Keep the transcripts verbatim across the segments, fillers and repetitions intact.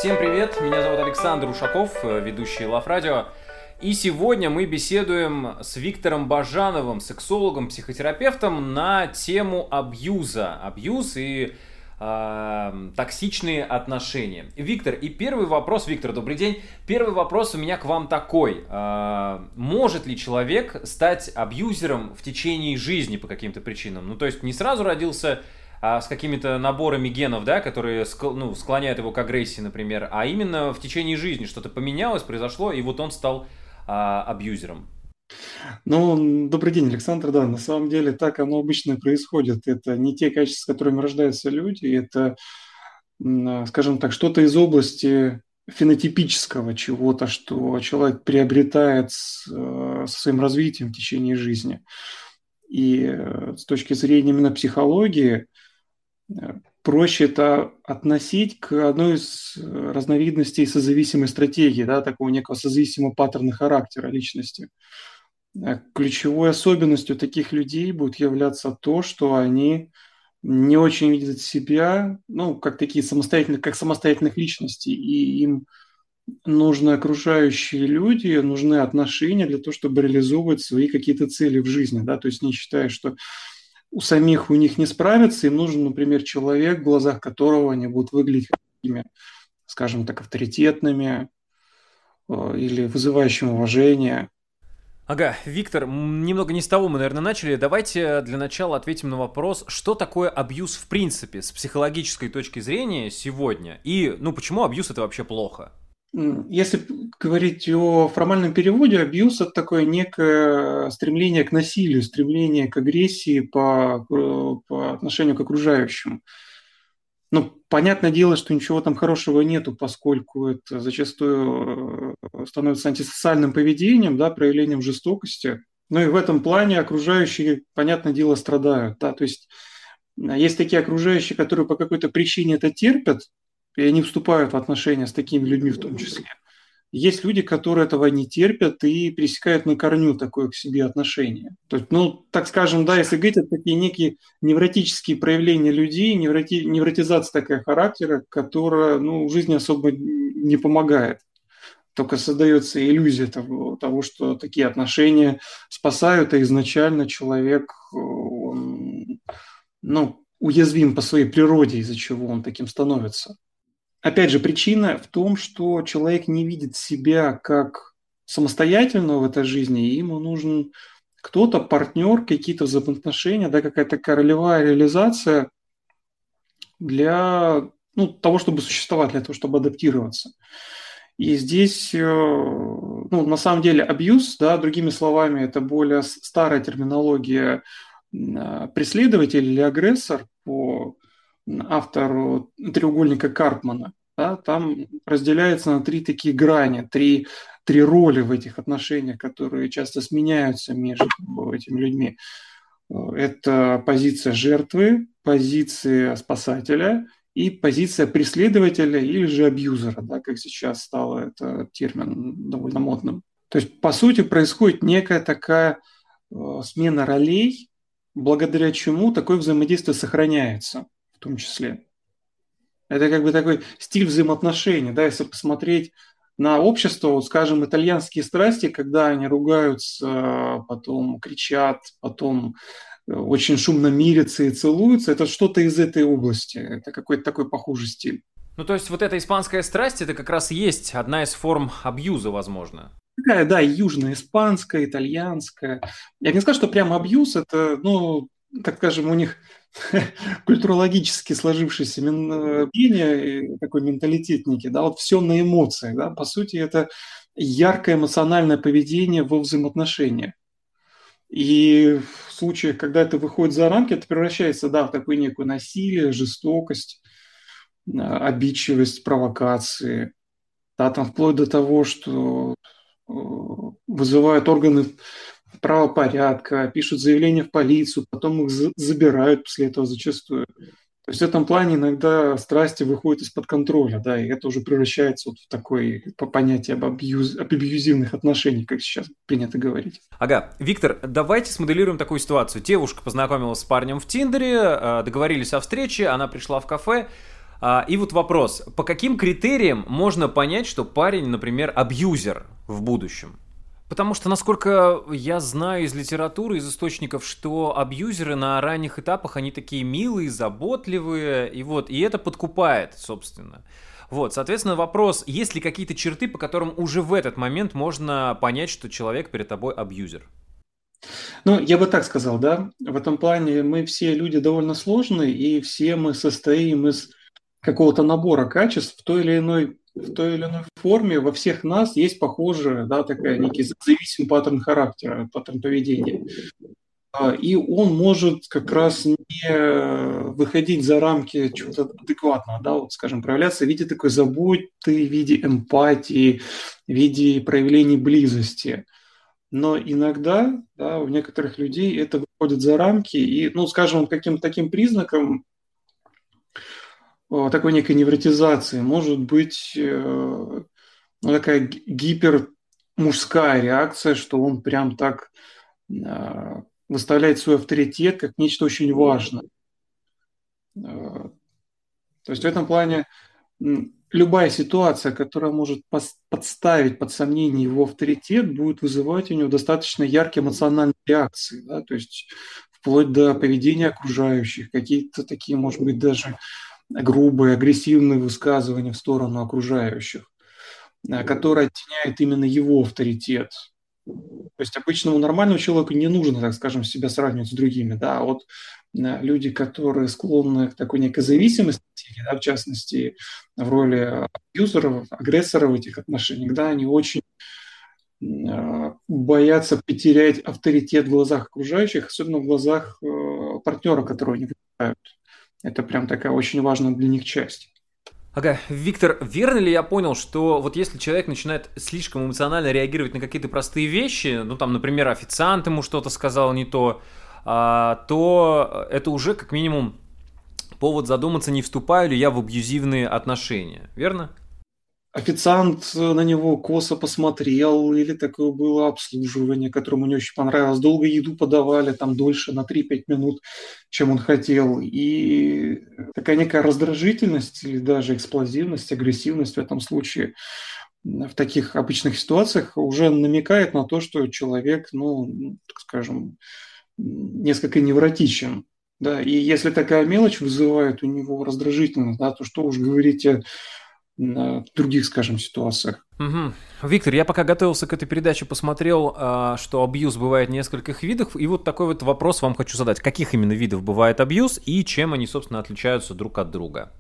Всем привет, меня зовут Александр Ушаков, ведущий Love Radio. И сегодня мы беседуем с Виктором Бажановым, сексологом, психотерапевтом, на тему абьюза. Абьюз и э, токсичные отношения. Виктор, и первый вопрос, Виктор, добрый день. Первый вопрос у меня к вам такой. Э, может ли человек стать абьюзером в течение жизни по каким-то причинам? Ну, то есть не сразу родился а с какими-то наборами генов, да, которые ну, склоняют его к агрессии, например, а именно в течение жизни что-то поменялось, произошло, и вот он стал а, абьюзером. Ну, добрый день, Александр. Да, на самом деле так оно обычно происходит. Это не те качества, с которыми рождаются люди, это, скажем так, что-то из области фенотипического чего-то, что человек приобретает с, со своим развитием в течение жизни. И с точки зрения именно психологии, проще это относить к одной из разновидностей созависимой стратегии, да, такого некого созависимого паттерна характера личности. Ключевой особенностью таких людей будет являться то, что они не очень видят себя, ну, как такие самостоятельные, как самостоятельных личностей, и им нужны окружающие люди, нужны отношения для того, чтобы реализовывать свои какие-то цели в жизни, да, то есть не считая, что у самих у них не справиться, им нужен, например, человек, в глазах которого они будут выглядеть какими, скажем так, авторитетными или вызывающими уважение. Ага, Виктор, немного не с того мы, наверное, начали. Давайте для начала ответим на вопрос, что такое абьюз в принципе, с психологической точки зрения сегодня, и, ну, почему абьюз это вообще плохо? Если говорить о формальном переводе, абьюз – это такое некое стремление к насилию, стремление к агрессии по, по отношению к окружающим. Ну, понятное дело, что ничего там хорошего нету, поскольку это зачастую становится антисоциальным поведением, да, проявлением жестокости. Ну и в этом плане окружающие, понятное дело, страдают. Да? То есть есть такие окружающие, которые по какой-то причине это терпят, и они вступают в отношения с такими людьми в том числе. Есть люди, которые этого не терпят и пересекают на корню такое к себе отношение. То есть, ну, так скажем, да, если говорить, это такие некие невротические проявления людей, невроти, невротизация такая характера, которая, ну, в жизни особо не помогает. Только создается иллюзия того, того, что такие отношения спасают, а изначально человек, он, ну, уязвим по своей природе, из-за чего он таким становится. Опять же, причина в том, что человек не видит себя как самостоятельного в этой жизни, и ему нужен кто-то, партнер, какие-то взаимоотношения, да, какая-то ролевая реализация для, ну, того, чтобы существовать, для того, чтобы адаптироваться. И здесь, ну, на самом деле, абьюз, да, другими словами, это более старая терминология преследователь или агрессор по автору треугольника Карпмана, да, там разделяется на три такие грани, три, три роли в этих отношениях, которые часто сменяются между этими людьми. Это позиция жертвы, позиция спасателя и позиция преследователя или же абьюзера, да, как сейчас стал этот термин довольно модным. То есть, по сути, происходит некая такая э, смена ролей, благодаря чему такое взаимодействие сохраняется. В том числе. Это как бы такой стиль взаимоотношений, да, если посмотреть на общество, вот, скажем, итальянские страсти, когда они ругаются, потом кричат, потом очень шумно мирятся и целуются, это что-то из этой области, это какой-то такой похожий стиль. Ну, то есть вот эта испанская страсть, это как раз есть одна из форм абьюза, возможно. Такая, да, южноиспанская, итальянская. Я не скажу, что прямо абьюз, это, ну, так скажем, у них культурологически сложившееся мнение, такой менталитет некий, да, вот все на эмоциях, да, по сути, это яркое эмоциональное поведение во взаимоотношениях. И в случаях, когда это выходит за рамки, это превращается, да, в такое некое насилие, жестокость, обидчивость, провокации, да, там вплоть до того, что вызывают органы правопорядка, пишут заявления в полицию, потом их забирают после этого зачастую. То есть в этом плане иногда страсти выходят из-под контроля, да, и это уже превращается вот в такое понятие об, абьюз, об абьюзивных отношениях, как сейчас принято говорить. Ага, Виктор, давайте смоделируем такую ситуацию. Девушка познакомилась с парнем в Тиндере, договорились о встрече, она пришла в кафе, А, и вот вопрос, по каким критериям можно понять, что парень, например, абьюзер в будущем? Потому что, насколько я знаю из литературы, из источников, что абьюзеры на ранних этапах, они такие милые, заботливые, и вот, и это подкупает, собственно. Вот, соответственно, вопрос, есть ли какие-то черты, по которым уже в этот момент можно понять, что человек перед тобой абьюзер? Ну, я бы так сказал, да, в этом плане мы все люди довольно сложные, и все мы состоим из какого-то набора качеств в той или иной, в той или иной форме. Во всех нас есть похожая, да, такая некий зависимый паттерн характера, паттерн поведения. А, И он может как раз не выходить за рамки чего-то адекватного, да, вот, скажем, проявляться в виде такой заботы, в виде эмпатии, в виде проявлений близости. Но иногда, да, у некоторых людей это выходит за рамки, и, ну, скажем, каким-то таким признаком э, такой некой невротизации может быть э, ну, такая ги- гипермужская реакция, что он прям так э, выставляет свой авторитет как нечто очень важное. Э, То есть в этом плане м, любая ситуация, которая может пос- подставить под сомнение его авторитет, будет вызывать у него достаточно яркие эмоциональные реакции, да, то есть вплоть до поведения окружающих, какие-то такие, может быть, даже грубые, агрессивные высказывания в сторону окружающих, э, которые оттеняют именно его авторитет. То есть обычному нормальному человеку не нужно, так скажем, себя сравнивать с другими, да, а вот э, люди, которые склонны к такой некой зависимости, да, в частности, в роли абьюзеров, агрессоров в этих отношениях, да, они очень э, боятся потерять авторитет в глазах окружающих, особенно в глазах э, партнера, которого они выбирают. Это прям такая очень важная для них часть. Ага, Виктор, верно ли я понял, что вот если человек начинает слишком эмоционально реагировать на какие-то простые вещи, ну там, например, официант ему что-то сказал не то, а, то это уже как минимум повод задуматься, не вступаю ли я в абьюзивные отношения, верно? Официант на него косо посмотрел, или такое было обслуживание, которому не очень понравилось. Долго еду подавали, там дольше на три-пять минут, чем он хотел. И такая некая раздражительность или даже эксплозивность, агрессивность в этом случае в таких обычных ситуациях уже намекает на то, что человек, ну, так скажем, несколько невротичен. Да, и если такая мелочь вызывает у него раздражительность, да, то что уж говорить о в других, скажем, ситуациях. Мгм. Виктор, я пока готовился к этой передаче, посмотрел, а, что абьюз бывает нескольких видов, и вот такой вот вопрос вам хочу задать. Каких именно видов бывает абьюз и чем они, собственно, отличаются друг от друга?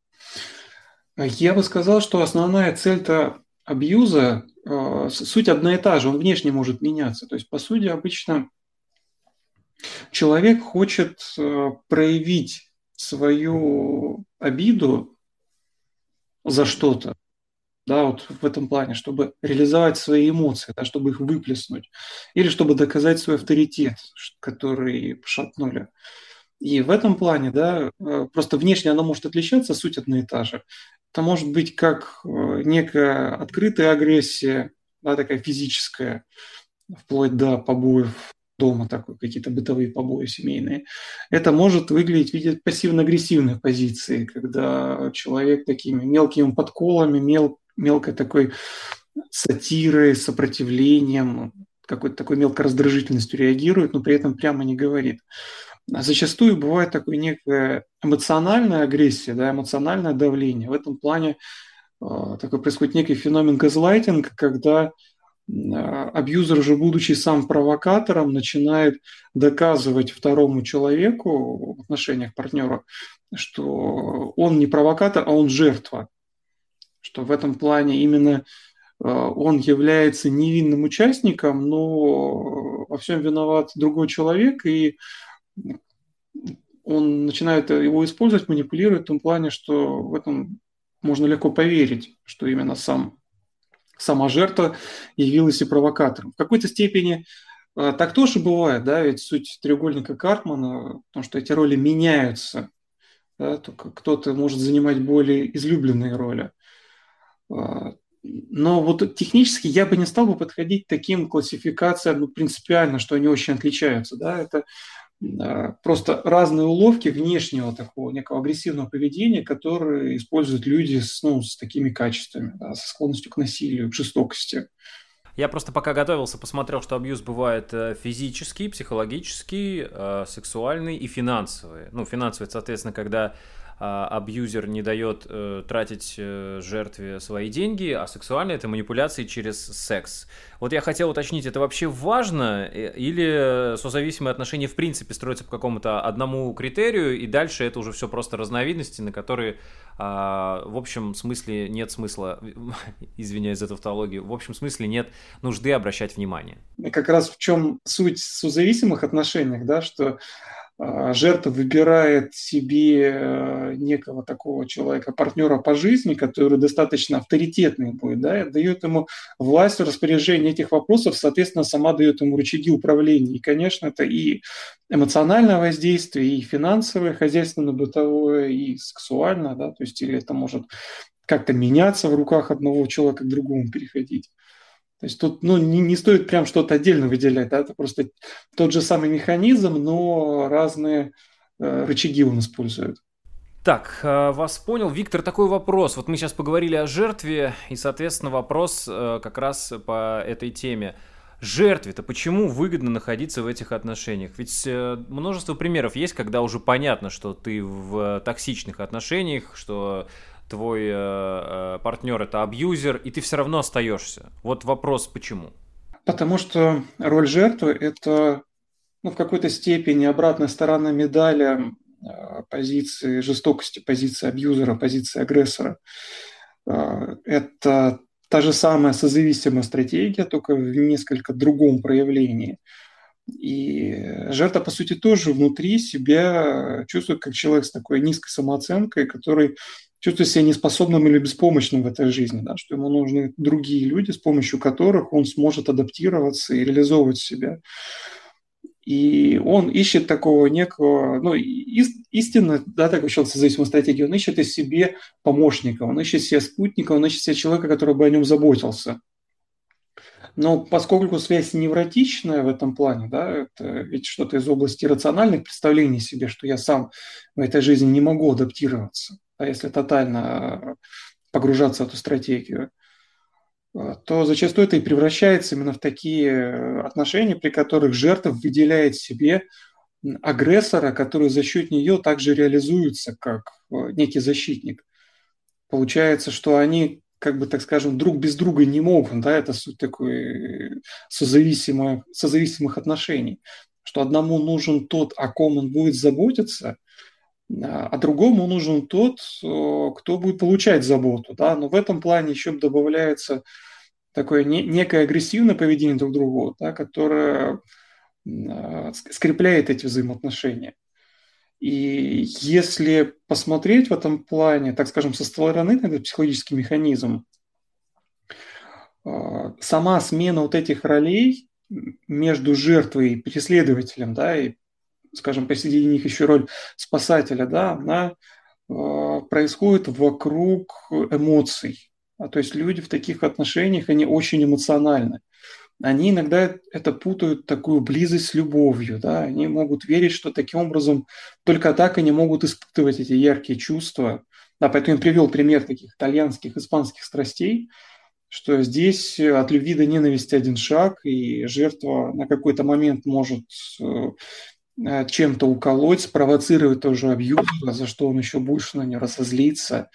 Я бы сказал, что основная цель-то абьюза, э, с- суть одна и та же, он внешне может меняться. То есть, по сути, обычно человек хочет э, проявить свою обиду за что-то, да, вот в этом плане, чтобы реализовать свои эмоции, да, чтобы их выплеснуть, или чтобы доказать свой авторитет, ш- который пошатнули. И в этом плане, да, э, просто внешне она может отличаться, суть одна и та же. Это может быть как э, некая открытая агрессия, да, такая физическая, вплоть до побоев дома, такой, какие-то бытовые побои семейные. Это может выглядеть в виде пассивно-агрессивной позиции, когда человек такими мелкими подколами, мел, мелкой такой сатирой, сопротивлением, какой-то такой мелкой раздражительностью реагирует, но при этом прямо не говорит. А зачастую бывает такое некая эмоциональная агрессия, да, эмоциональное давление. В этом плане э, такой происходит некий феномен газлайтинга, когда э, абьюзер же, будучи сам провокатором, начинает доказывать второму человеку в отношениях партнера, что он не провокатор, а он жертва. Что в этом плане именно э, он является невинным участником, но во всем виноват другой человек, и он начинает его использовать, манипулировать в том плане, что в этом можно легко поверить, что именно сам, сама жертва явилась и провокатором. В какой-то степени э, так тоже бывает, да, ведь суть треугольника Карпмана, потому что эти роли меняются, да, только кто-то может занимать более излюбленные роли. А, Но вот технически я бы не стал бы подходить к таким классификациям, ну, принципиально, что они очень отличаются. Да? Это просто разные уловки внешнего такого некого агрессивного поведения, которые используют люди с, ну, с такими качествами, да, со склонностью к насилию, к жестокости. Я просто пока готовился, посмотрел, что абьюз бывает физический, психологический, сексуальный и финансовый. Ну, финансовый, соответственно, когда абьюзер не дает э, тратить э, жертве свои деньги, а сексуальные — это манипуляции через секс. Вот я хотел уточнить, это вообще важно, или созависимые отношения в принципе строятся по какому-то одному критерию, и дальше это уже все просто разновидности, на которые э, в общем смысле нет смысла, извиняюсь за тавтологию, в общем смысле нет нужды обращать внимание. И как раз в чем суть созависимых отношений, да, что жертва выбирает себе некого такого человека, партнера по жизни, который достаточно авторитетный будет, да, и дает ему власть в распоряжении этих вопросов, соответственно, сама дает ему рычаги управления. И, конечно, это и эмоциональное воздействие, и финансовое, хозяйственно-бытовое, и сексуальное, да, то есть или это может как-то меняться в руках одного человека к другому переходить. То есть тут ну, не, не стоит прям что-то отдельно выделять, да? Это просто тот же самый механизм, но разные э, рычаги он использует. Так, вас понял. Виктор, такой вопрос. Вот мы сейчас поговорили о жертве, и, соответственно, вопрос как раз по этой теме. Жертве-то почему выгодно находиться в этих отношениях? Ведь множество примеров есть, когда уже понятно, что ты в токсичных отношениях, что твой э, партнер — это абьюзер, и ты все равно остаешься. Вот вопрос, почему? Потому что роль жертвы – это ну, в какой-то степени обратная сторона медали э, позиции жестокости, позиции абьюзера, позиции агрессора. Э, это та же самая созависимая стратегия, только в несколько другом проявлении. И жертва, по сути, тоже внутри себя чувствует как человек с такой низкой самооценкой, который чувствует себя неспособным или беспомощным в этой жизни, да, что ему нужны другие люди, с помощью которых он сможет адаптироваться и реализовывать себя. И он ищет такого некого, ну, истинно, да, такой человек с зависимой стратегией, он ищет из себе помощника, он ищет себе спутника, он ищет себе человека, который бы о нем заботился. Но поскольку связь невротичная в этом плане, да, это ведь что-то из области рациональных представлений себе, что я сам в этой жизни не могу адаптироваться, а если тотально погружаться в эту стратегию, то зачастую это и превращается именно в такие отношения, при которых жертва выделяет себе агрессора, который за счет нее также реализуется как некий защитник. Получается, что они, как бы так скажем, друг без друга не могут, да, это суть такой созависимых, созависимых отношений, что одному нужен тот, о ком он будет заботиться, а другому нужен тот, кто будет получать заботу, да, но в этом плане еще добавляется такое некое агрессивное поведение друг к другу, да, которое скрепляет эти взаимоотношения. И если посмотреть в этом плане, так скажем, со стороны на этот психологический механизм, сама смена вот этих ролей между жертвой и преследователем, да, и, скажем, посреди них еще роль спасателя, да, она происходит вокруг эмоций. А то есть люди в таких отношениях, они очень эмоциональны. Они иногда это путают такую близость с любовью, да, они могут верить, что таким образом только так они могут испытывать эти яркие чувства. Да, поэтому я привел пример таких итальянских, испанских страстей, что здесь от любви до ненависти один шаг, и жертва на какой-то момент может чем-то уколоть, спровоцировать тоже абьюз, за что он еще больше на нее разозлится,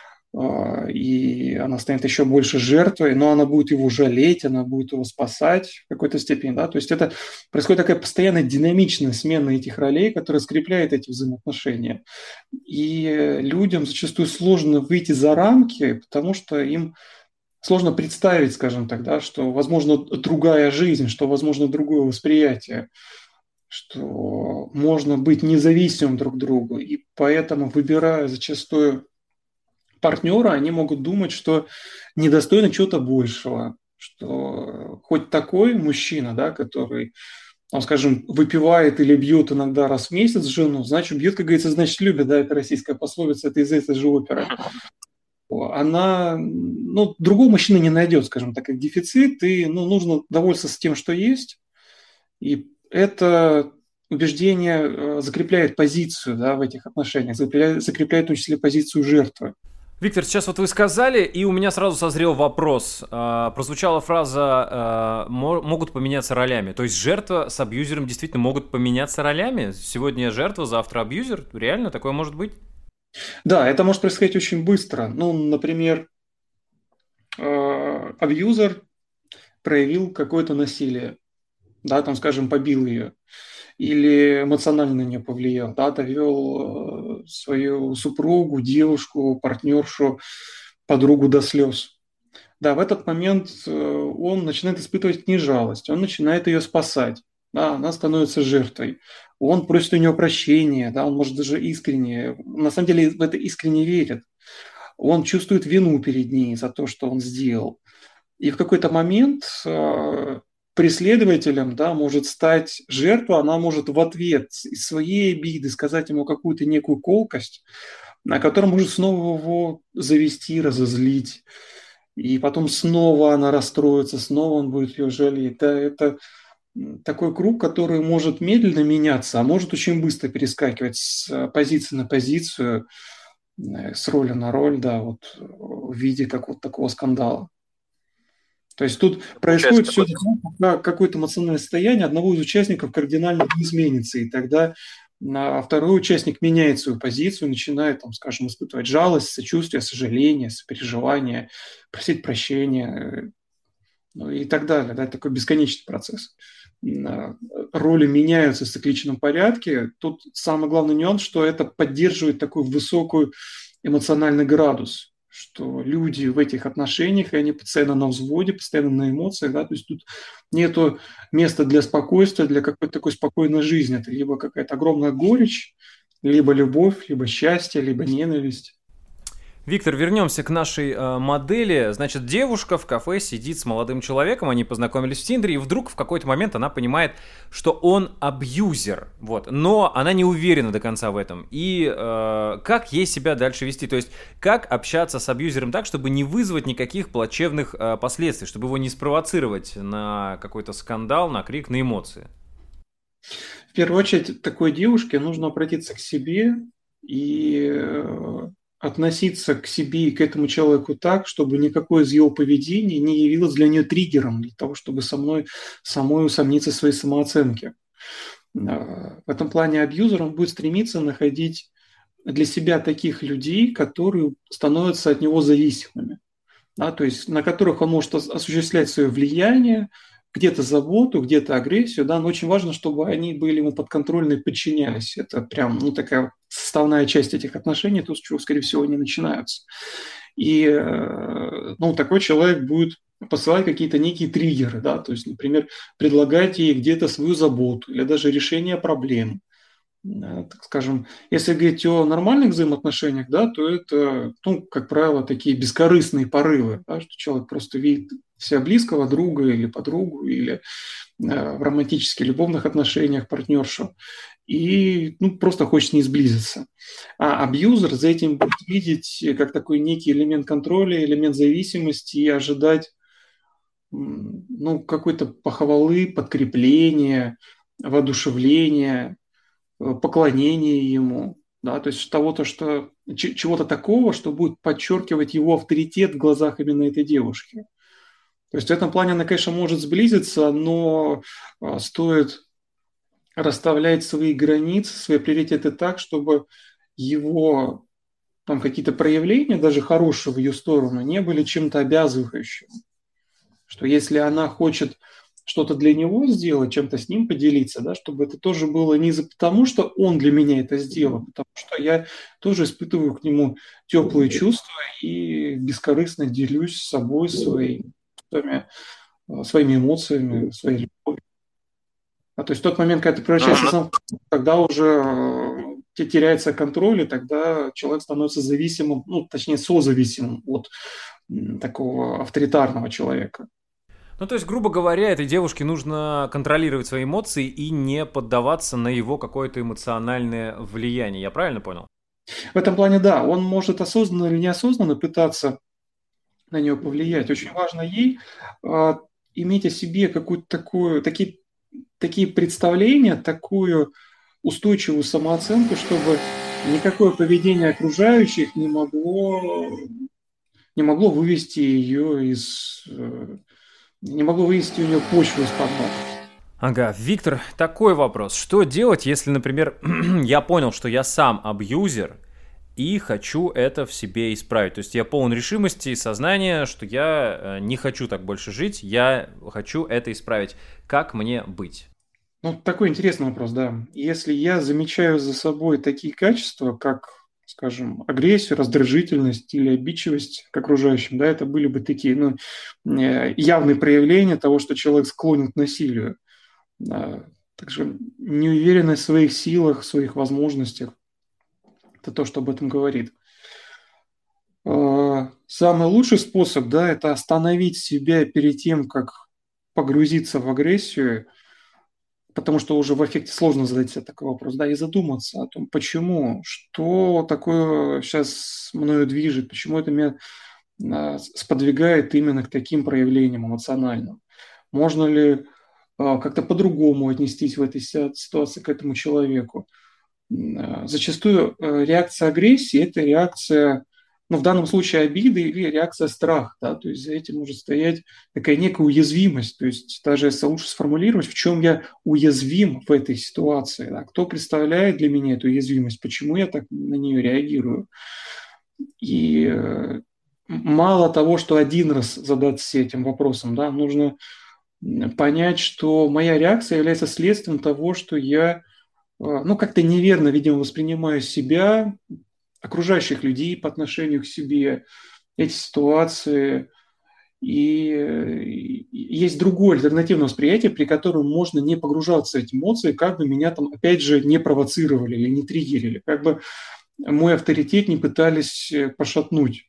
и она станет еще больше жертвой, но она будет его жалеть, она будет его спасать в какой-то степени, да, то есть это происходит такая постоянная динамичная смена этих ролей, которая скрепляет эти взаимоотношения, и людям зачастую сложно выйти за рамки, потому что им сложно представить, скажем так, да, что возможно другая жизнь, что возможно другое восприятие, что можно быть независимым друг к другу, и поэтому, выбирая зачастую партнера, они могут думать, что недостойны чего-то большего, что хоть такой мужчина, да, который, он, скажем, выпивает или бьет иногда раз в месяц жену, значит, бьет, как говорится, значит, любит, да, это российская пословица, это из этой же оперы. Она, ну, другого мужчины не найдет, скажем так, как дефицит, и, ну, нужно довольствоваться тем, что есть, и это убеждение э, закрепляет позицию, да, в этих отношениях, закрепляет, закрепляет в том числе позицию жертвы. Виктор, сейчас вот вы сказали, и у меня сразу созрел вопрос. А, прозвучала фраза а, мо- «могут поменяться ролями». То есть жертва с абьюзером действительно могут поменяться ролями? Сегодня жертва, завтра абьюзер? Реально такое может быть? Да, это может происходить очень быстро. Ну, например, э, абьюзер проявил какое-то насилие, да, там, скажем, побил ее, или эмоционально на нее повлиял, да, довел э, свою супругу, девушку, партнершу, подругу до слез. Да, в этот момент э, он начинает испытывать к ней жалость, он начинает ее спасать, да, она становится жертвой. Он просит у нее прощения, да, он может даже искренне, на самом деле в это искренне верит. Он чувствует вину перед ней за то, что он сделал. И в какой-то момент э, преследователем, да, может стать жертва, она может в ответ из своей обиды сказать ему какую-то некую колкость, на котором может снова его завести, разозлить. И потом снова она расстроится, снова он будет ее жалеть. Да, это такой круг, который может медленно меняться, а может очень быстро перескакивать с позиции на позицию, э, с роли на роль, да, вот в виде как вот такого скандала. То есть тут Получается происходит все такой. пока какое-то эмоциональное состояние одного из участников кардинально изменится, и тогда а, второй участник меняет свою позицию, начинает, там, скажем, испытывать жалость, сочувствие, сожаление, сопереживание, просить прощения, э, ну и так далее. Да, это такой бесконечный процесс. А, Роли меняются в цикличном порядке. Тут самый главный нюанс, что это поддерживает такой высокий эмоциональный градус, что люди в этих отношениях, и они постоянно на взводе, постоянно на эмоциях, да, то есть тут нету места для спокойствия, для какой-то такой спокойной жизни. Это либо какая-то огромная горечь, либо любовь, либо счастье, либо ненависть. Виктор, вернемся к нашей э, модели. Значит, девушка в кафе сидит с молодым человеком, они познакомились в Тиндере, и вдруг в какой-то момент она понимает, что он абьюзер. Вот. Но она не уверена до конца в этом. И э, как ей себя дальше вести? То есть, как общаться с абьюзером так, чтобы не вызвать никаких плачевных э, последствий, чтобы его не спровоцировать на какой-то скандал, на крик, на эмоции? В первую очередь, такой девушке нужно обратиться к себе и э, относиться к себе и к этому человеку так, чтобы никакое из его поведения не явилось для нее триггером для того, чтобы со мной самой усомниться в своей самооценке. А, В этом плане абьюзер, он будет стремиться находить для себя таких людей, которые становятся от него зависимыми, да, то есть на которых он может ос- осуществлять свое влияние, где-то заботу, где-то агрессию, да, но очень важно, чтобы они были ему подконтрольны и подчинялись. Это прям, ну, такая составная часть этих отношений, то, с чего, скорее всего, они начинаются. И, э, ну, такой человек будет посылать какие-то некие триггеры, да, то есть, например, предлагать ей где-то свою заботу или даже решение проблем, э, так скажем, если говорить о нормальных взаимоотношениях, да, то это, ну, как правило, такие бескорыстные порывы, да, что человек просто видит себя близкого друга или подругу, или э, в романтических, любовных отношениях партнершу, и, ну, просто хочет с ней сблизиться. А абьюзер за этим будет видеть как такой некий элемент контроля, элемент зависимости и ожидать, м, ну, какой-то похвалы, подкрепления, воодушевления, э, поклонение ему, да, то есть того-то, что ч- чего-то такого, что будет подчеркивать его авторитет в глазах именно этой девушки. То есть в этом плане она, конечно, может сблизиться, но а, стоит расставлять свои границы, свои приоритеты так, чтобы его там какие-то проявления, даже хорошие в ее сторону, не были чем-то обязывающим. Что если она хочет что-то для него сделать, чем-то с ним поделиться, да, чтобы это тоже было не за потому, что он для меня это сделал, а потому что я тоже испытываю к нему теплые чувства и бескорыстно делюсь с собой, своими, чувствами, э, своими эмоциями, своей любовью. А то есть в тот момент, когда ты превращаешься Ага. сам, тогда уже э, те- теряется контроль, и тогда человек становится зависимым, ну, точнее, созависимым от м, такого авторитарного человека. Ну, то есть, грубо говоря, этой девушке нужно контролировать свои эмоции и не поддаваться на его какое-то эмоциональное влияние. Я правильно понял? В этом плане, да, он может осознанно или неосознанно пытаться на нее повлиять. Очень важно ей а, иметь о себе какую-то такую, такие такие представления, такую устойчивую самооценку, чтобы никакое поведение окружающих не могло, не могло вывести ее из, э, не могло вывести у нее почву из-под ног. Ага, Виктор, такой вопрос. Что делать, если, например, я понял, что я сам абьюзер и хочу это в себе исправить? То есть я полон решимости и сознания, что я э, не хочу так больше жить, я хочу это исправить. Как мне быть? Ну, такой интересный вопрос, да. Если я замечаю за собой такие качества, как, скажем, агрессию, раздражительность или обидчивость к окружающим, да, это были бы такие, ну, э, явные проявления того, что человек склонен к насилию. Да. Также неуверенность в своих силах, в своих возможностях, это то, что об этом говорит. Э, Самый лучший способ, да, это остановить себя перед тем, как погрузиться в агрессию, потому что уже в эффекте сложно задать себе такой вопрос, да, и задуматься о том, почему, что такое сейчас мною движет, почему это меня а, сподвигает именно к таким проявлениям эмоциональным. Можно ли а, как-то по-другому отнестись в этой ситуации к этому человеку? А, Зачастую э, реакция агрессии – это реакция, ну, в данном случае обиды или реакция страха, да, то есть за этим может стоять такая некая уязвимость, то есть даже если лучше сформулировать, в чем я уязвим в этой ситуации, да, кто представляет для меня эту уязвимость, почему я так на нее реагирую. И э, мало того, что один раз задаться этим вопросом, да, нужно понять, что моя реакция является следствием того, что я ну, как-то неверно, видимо, воспринимаю себя, окружающих людей по отношению к себе, эти ситуации. И есть другое альтернативное восприятие, при котором можно не погружаться в эти эмоции, как бы меня там, опять же, не провоцировали или не триггерили, как бы мой авторитет не пытались пошатнуть.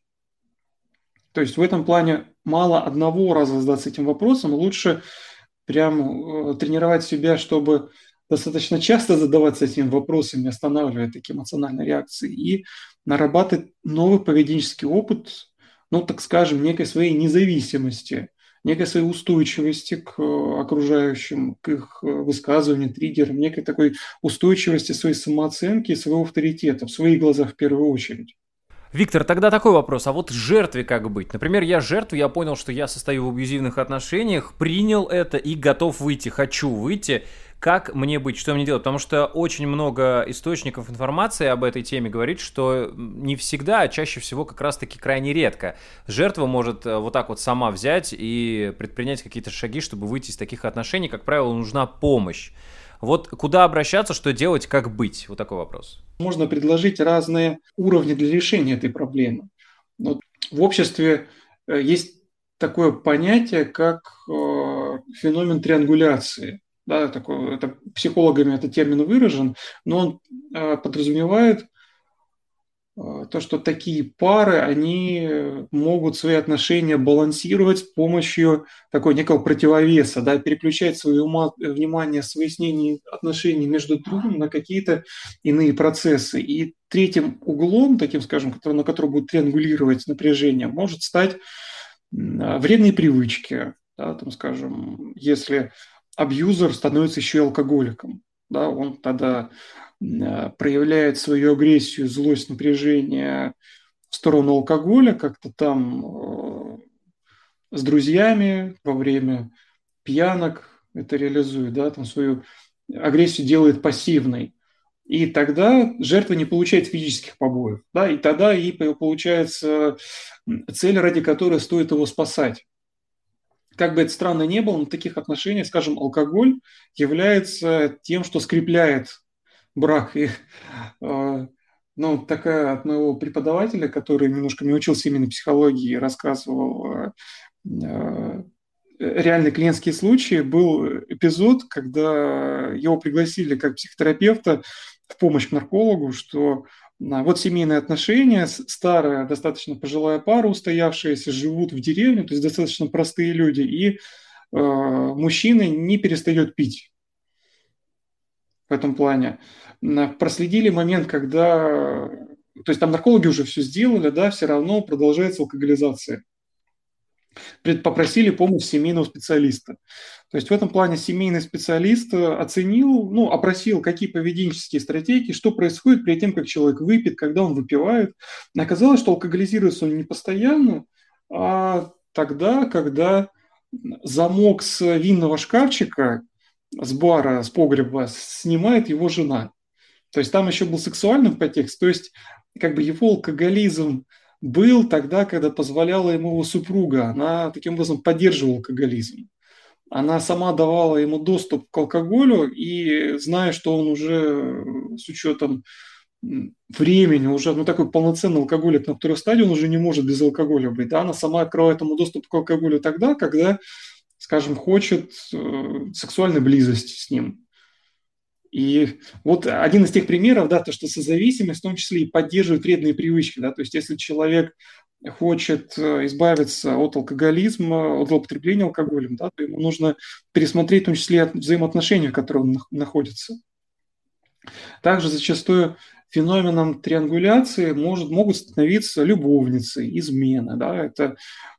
То есть в этом плане мало одного раза задаться этим вопросом, лучше прям тренировать себя, чтобы достаточно часто задаваться этими вопросами, останавливая такие эмоциональные реакции и нарабатывать новый поведенческий опыт, ну, так скажем, некой своей независимости, некой своей устойчивости к окружающим, к их высказываниям, триггерам, некой такой устойчивости своей самооценки и своего авторитета, в своих глазах в первую очередь. Виктор, тогда такой вопрос, а вот жертве как быть? Например, я жертва, я понял, что я состою в абьюзивных отношениях, принял это и готов выйти, хочу выйти. Как мне быть, что мне делать? Потому что очень много источников информации об этой теме говорит, что не всегда, а чаще всего как раз-таки крайне редко жертва может вот так вот сама взять и предпринять какие-то шаги, чтобы выйти из таких отношений. Как правило, нужна помощь. Вот куда обращаться, что делать, как быть? Вот такой вопрос. Можно предложить разные уровни для решения этой проблемы. Вот в обществе есть такое понятие, как феномен триангуляции. Да, такое, это, психологами этот термин выражен, но он подразумевает то, что такие пары, они могут свои отношения балансировать с помощью такого некого противовеса, да, переключать свое ума, внимание с выяснения отношений между другом на какие-то иные процессы. И третьим углом, таким, скажем, который, на который будет триангулировать напряжение, может стать вредные привычки. Да, там, скажем, если абьюзер становится еще и алкоголиком, да, он тогда проявляет свою агрессию, злость, напряжение в сторону алкоголя, как-то там э, с друзьями во время пьянок это реализует, да, там свою агрессию делает пассивной. И тогда жертва не получает физических побоев, да, и тогда и получается цель, ради которой стоит его спасать. Как бы это странно ни было, но в таких отношениях, скажем, алкоголь является тем, что скрепляет брак. И, э, ну, такая от моего преподавателя, который немножко не учился именно психологии, рассказывал э, реальный клиентский случай. Был эпизод, когда его пригласили как психотерапевта в помощь к наркологу, что вот семейные отношения, старая, достаточно пожилая пара, устоявшаяся, живут в деревне, то есть достаточно простые люди, и э, мужчина не перестает пить в этом плане. Проследили момент, когда... То есть там наркологи уже все сделали, да, все равно продолжается алкоголизация. попросили помощь семейного специалиста. То есть в этом плане семейный специалист оценил, ну, опросил, какие поведенческие стратегии, что происходит перед тем, как человек выпьет, когда он выпивает. И оказалось, что алкоголизируется он не постоянно, а тогда, когда замок с винного шкафчика, с бара, с погреба снимает его жена. То есть там еще был сексуальный подтекст, то есть как бы его алкоголизм был тогда, когда позволяла ему его супруга. Она таким образом поддерживала алкоголизм. Она сама давала ему доступ к алкоголю, и зная, что он уже с учетом времени, уже ну, такой полноценный алкоголик, на второй стадии он уже не может без алкоголя быть. Да? Она сама открывает ему доступ к алкоголю тогда, когда, скажем, хочет э, сексуальной близости с ним. И вот один из тех примеров, да, то, что созависимость в том числе и поддерживает вредные привычки, да, то есть если человек хочет избавиться от алкоголизма, от злоупотребления алкоголем, да, то ему нужно пересмотреть в том числе взаимоотношения, в которых он находится. Также зачастую феноменом триангуляции может, могут становиться любовницы, измены. Да? Это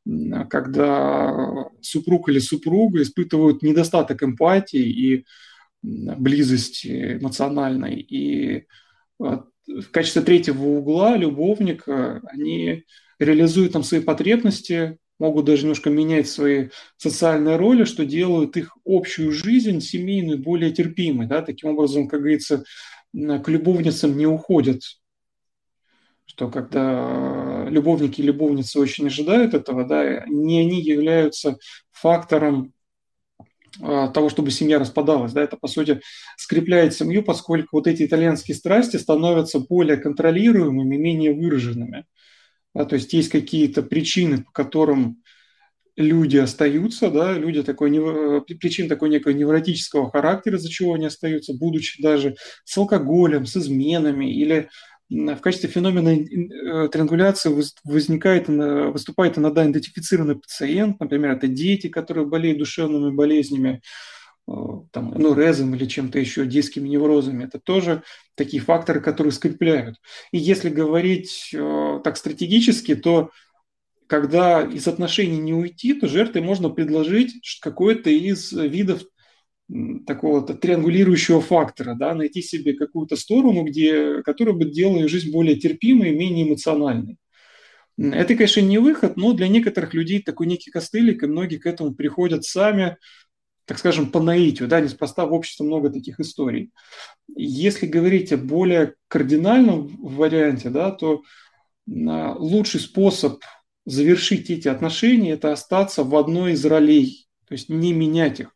когда супруг или супруга испытывают недостаток эмпатии и близости эмоциональной. И в качестве третьего угла любовника они реализуют там свои потребности, могут даже немножко менять свои социальные роли, что делают их общую жизнь семейную более терпимой. Да? Таким образом, как говорится, к любовницам не уходят, что когда любовники и любовницы очень ожидают этого, да, не они являются фактором того, чтобы семья распадалась. Да, это, по сути, скрепляет семью, поскольку вот эти итальянские страсти становятся более контролируемыми, менее выраженными. Да, то есть есть какие-то причины, по которым люди остаются, да, люди такой, причин такой некого невротического характера, из-за чего они остаются, будучи даже с алкоголем, с изменами или в качестве феномена триангуляции возникает, выступает иногда идентифицированный пациент, например, это дети, которые болеют душевными болезнями, там, ну, резом или чем-то еще, детскими неврозами. Это тоже такие факторы, которые скрепляют. И если говорить так стратегически, то когда из отношений не уйти, то жертве можно предложить какой-то из видов такого триангулирующего фактора, да, найти себе какую-то сторону, где, которая бы делала ее жизнь более терпимой, менее эмоциональной. Это, конечно, не выход, но для некоторых людей такой некий костылик, и многие к этому приходят сами, так скажем, по наитию, да, неспроста в обществе много таких историй. Если говорить о более кардинальном варианте, да, то лучший способ завершить эти отношения – это остаться в одной из ролей, то есть не менять их.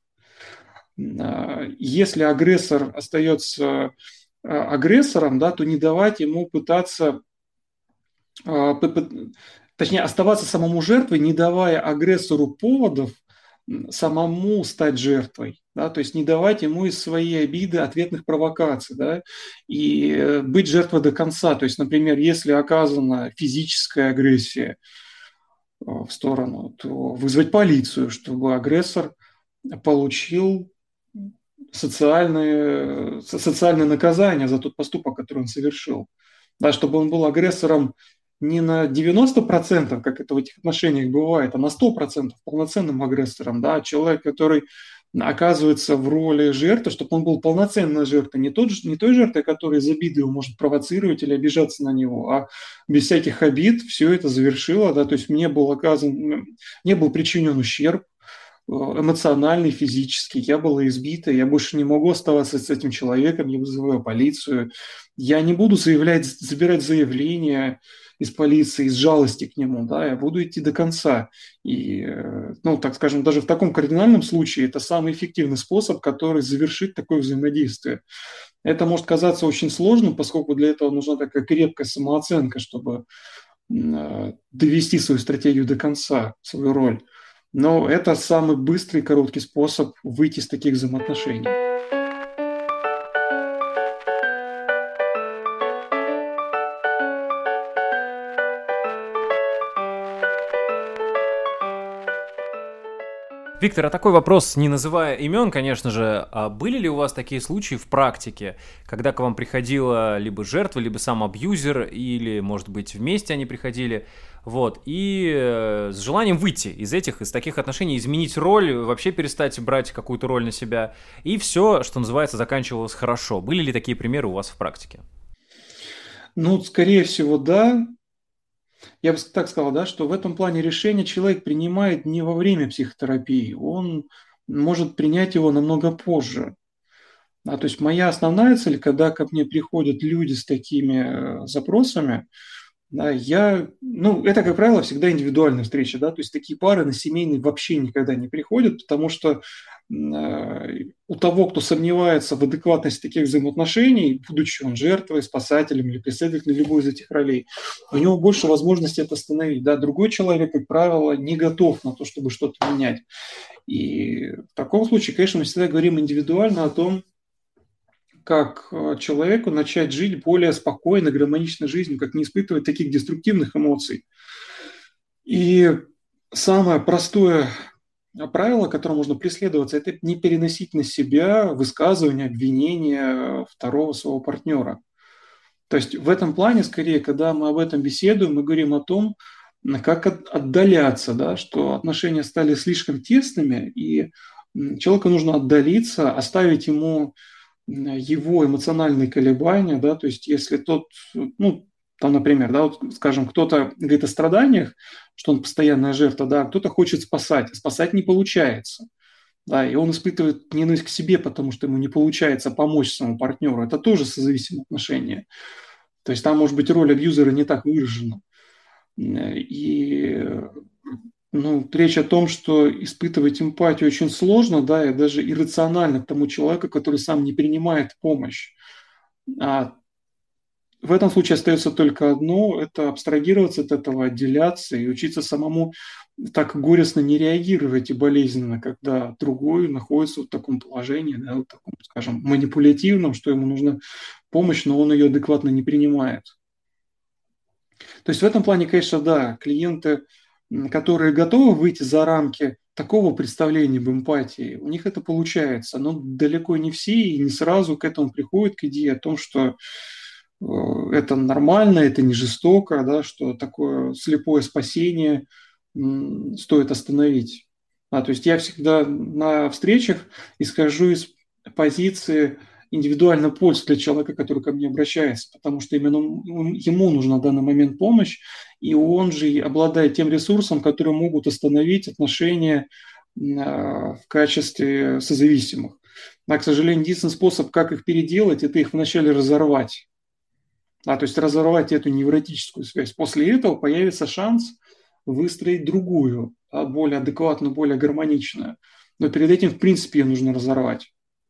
Если агрессор остается агрессором, да, то не давать ему пытаться, точнее, оставаться самому жертвой, не давая агрессору поводов самому стать жертвой, да, то есть не давать ему из своей обиды ответных провокаций, да, и быть жертвой до конца. То есть, например, если оказана физическая агрессия в сторону, то вызвать полицию, чтобы агрессор получил социальное, социальное наказание за тот поступок, который он совершил. Да, чтобы он был агрессором не на девяносто процентов, как это в этих отношениях бывает, а на сто процентов полноценным агрессором. Да, человек, который оказывается в роли жертвы, чтобы он был полноценной жертвой, не, тот, не той жертвой, которая из обиды его может провоцировать или обижаться на него, а без всяких обид все это завершило, да, то есть мне был оказан, мне был причинен ущерб, эмоциональный, физический, я была избита, я больше не могу оставаться с этим человеком, я вызываю полицию, я не буду заявлять, забирать заявление из полиции, из жалости к нему, да, я буду идти до конца. И, ну, так скажем, даже в таком кардинальном случае это самый эффективный способ, который завершит такое взаимодействие. Это может казаться очень сложным, поскольку для этого нужна такая крепкая самооценка, чтобы довести свою стратегию до конца, свою роль. Но это самый быстрый и короткий способ выйти из таких взаимоотношений. Виктор, а такой вопрос, не называя имен, конечно же, а были ли у вас такие случаи в практике, когда к вам приходила либо жертва, либо сам абьюзер, или, может быть, вместе они приходили, вот, и э, с желанием выйти из этих, из таких отношений, изменить роль, вообще перестать брать какую-то роль на себя, и все, что называется, заканчивалось хорошо. Были ли такие примеры у вас в практике? Ну, скорее всего, да. Я бы так сказал, да, что в этом плане решение человек принимает не во время психотерапии, он может принять его намного позже. А, то есть моя основная цель, когда ко мне приходят люди с такими э, запросами, да, я, ну, это, как правило, всегда индивидуальная встреча, да, то есть такие пары на семейный вообще никогда не приходят, потому что э, у того, кто сомневается в адекватности таких взаимоотношений, будучи он жертвой, спасателем или преследователем любой из этих ролей, у него больше возможности это остановить, да, другой человек, как правило, не готов на то, чтобы что-то менять. И в таком случае, конечно, мы всегда говорим индивидуально о том, как э, человеку начать жить более спокойной, гармоничной жизнью, как не испытывать таких деструктивных эмоций. И самое простое правило, которое можно преследоваться, это не переносить на себя высказывания, обвинения второго своего партнера. То есть в этом плане, скорее, когда мы об этом беседуем, мы говорим о том, как отдаляться, да, что отношения стали слишком тесными, и человеку нужно отдалиться, оставить ему его эмоциональные колебания, да, то есть если тот, ну, там, например, да, вот, скажем, кто-то говорит о страданиях, что он постоянная жертва, да, кто-то хочет спасать, а спасать не получается, да, и он испытывает ненависть к себе, потому что ему не получается помочь своему партнеру, это тоже созависимые отношения, то есть там, может быть, роль абьюзера не так выражена, и ну, речь о том, что испытывать эмпатию очень сложно, да, и даже иррационально к тому человеку, который сам не принимает помощь. А в этом случае остается только одно – это абстрагироваться от этого, отделяться и учиться самому так горестно не реагировать и болезненно, когда другой находится в таком положении, да, в таком, скажем, манипулятивном, что ему нужна помощь, но он ее адекватно не принимает. То есть в этом плане, конечно, да, клиенты, которые готовы выйти за рамки такого представления об эмпатии, у них это получается, но далеко не все и не сразу к этому приходят, к идее о том, что э, это нормально, это не жестоко, да, что такое слепое спасение м, стоит остановить. А, то есть я всегда на встречах исхожу из позиции индивидуально пользы для человека, который ко мне обращается, потому что именно ему нужна в данный момент помощь, и он же обладает тем ресурсом, который могут остановить отношения в качестве созависимых. А, к сожалению, единственный способ, как их переделать, это их вначале разорвать. А, то есть разорвать эту невротическую связь. После этого появится шанс выстроить другую, а, более адекватную, более гармоничную. Но перед этим, в принципе, ее нужно разорвать.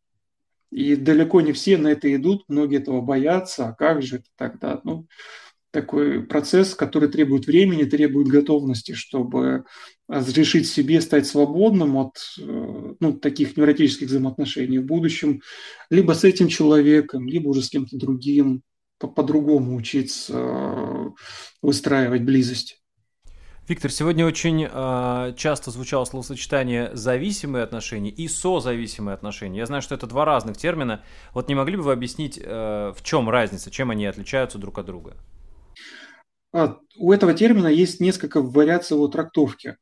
И далеко не все на это идут, многие этого боятся, а как же это тогда? Ну, такой процесс, который требует времени, требует готовности, чтобы разрешить себе стать свободным от ну, таких невротических взаимоотношений в будущем, либо с этим человеком, либо уже с кем-то другим, по-другому учиться выстраивать близость. Виктор, сегодня очень э, часто звучало словосочетание «зависимые отношения» и «созависимые отношения». Я знаю, что это два разных термина. Вот не могли бы вы объяснить, э, в чем разница, чем они отличаются друг от друга? А, у этого термина есть несколько вариаций его трактовки.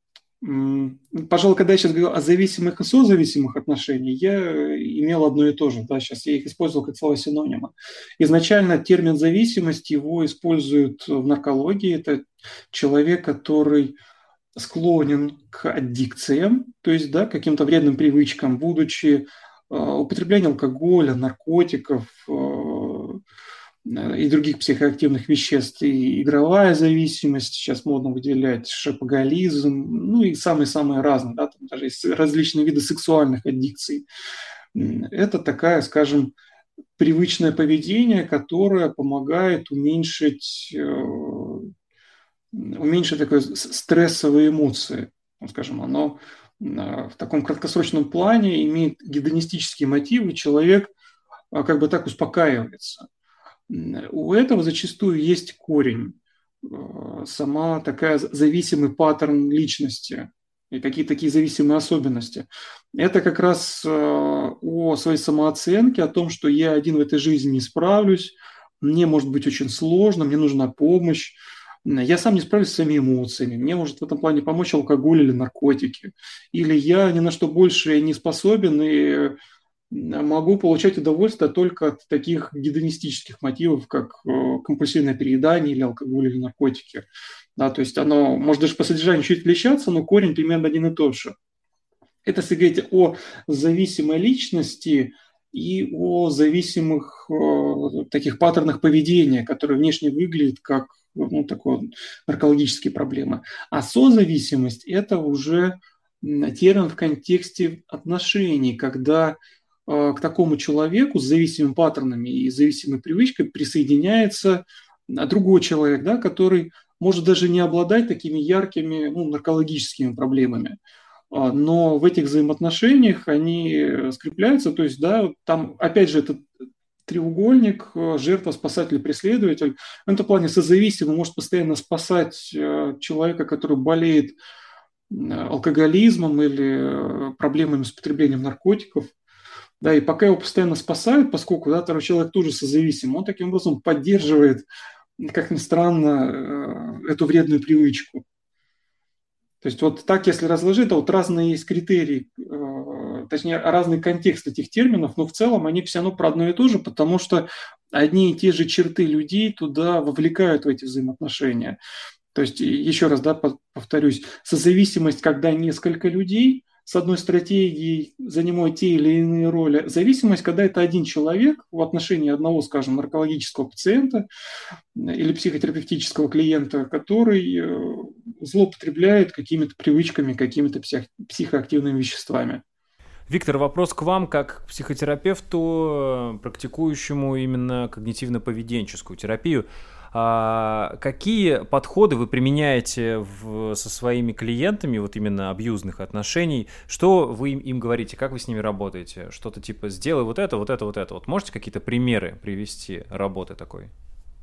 Пожалуй, когда я сейчас говорю о зависимых и созависимых отношениях, я имел одно и то же. Да, сейчас я их использовал как слова синонима. Изначально термин «зависимость» его используют в наркологии. Это человек, который склонен к аддикциям, то есть да, каким-то вредным привычкам, будучи э, употреблением алкоголя, наркотиков, э, и других психоактивных веществ, и игровая зависимость, сейчас модно выделять шопоголизм, ну и самые-самые разные, да, там даже есть различные виды сексуальных аддикций. Это такая, скажем, привычное поведение, которое помогает уменьшить, уменьшить такое стрессовые эмоции. Скажем, оно в таком краткосрочном плане имеет гедонистические мотивы, человек как бы так успокаивается. У этого зачастую есть корень, сама такая зависимый паттерн личности. и какие такие зависимые особенности. Это как раз э, о своей самооценке, о том, что я один в этой жизни не справлюсь, мне может быть очень сложно, мне нужна помощь, я сам не справлюсь с своими эмоциями, мне может в этом плане помочь алкоголь или наркотики, или я ни на что больше не способен и могу получать удовольствие только от таких гедонистических мотивов, как э, компульсивное переедание или алкоголь или наркотики. Да, то есть оно может даже по содержанию чуть отличаться, но корень примерно один и тот же. Это если говорить о зависимой личности и о зависимых э, таких паттернах поведения, которые внешне выглядят как ну, такой наркологические проблемы. А созависимость – это уже термин в контексте отношений, когда э, к такому человеку с зависимыми паттернами и зависимой привычкой присоединяется другой человек, да, который может даже не обладать такими яркими ну, наркологическими проблемами. Но в этих взаимоотношениях они скрепляются, то есть, да, там, опять же, этот треугольник, жертва, спасатель, преследователь. В этом плане созависимый может постоянно спасать человека, который болеет алкоголизмом или проблемами с потреблением наркотиков. Да, и пока его постоянно спасают, поскольку да, второй человек тоже созависим, он таким образом поддерживает, как ни странно, эту вредную привычку. То есть вот так, если разложить, то вот разные есть критерии, э, точнее, разный контекст этих терминов, но в целом они все равно про одно и то же, потому что одни и те же черты людей туда вовлекают в эти взаимоотношения. То есть, еще раз, да, повторюсь, созависимость, когда несколько людей с одной стратегией занимают те или иные роли. Зависимость, когда это один человек в отношении одного, скажем, наркологического пациента или психотерапевтического клиента, который злоупотребляет какими-то привычками, какими-то психоактивными веществами. Виктор, вопрос к вам как к психотерапевту, практикующему именно когнитивно-поведенческую терапию. А какие подходы вы применяете в, со своими клиентами, вот именно абьюзных отношений? Что вы им, им говорите, как вы с ними работаете? Что-то типа «сделай вот это, вот это, вот это». Вот можете какие-то примеры привести работы такой?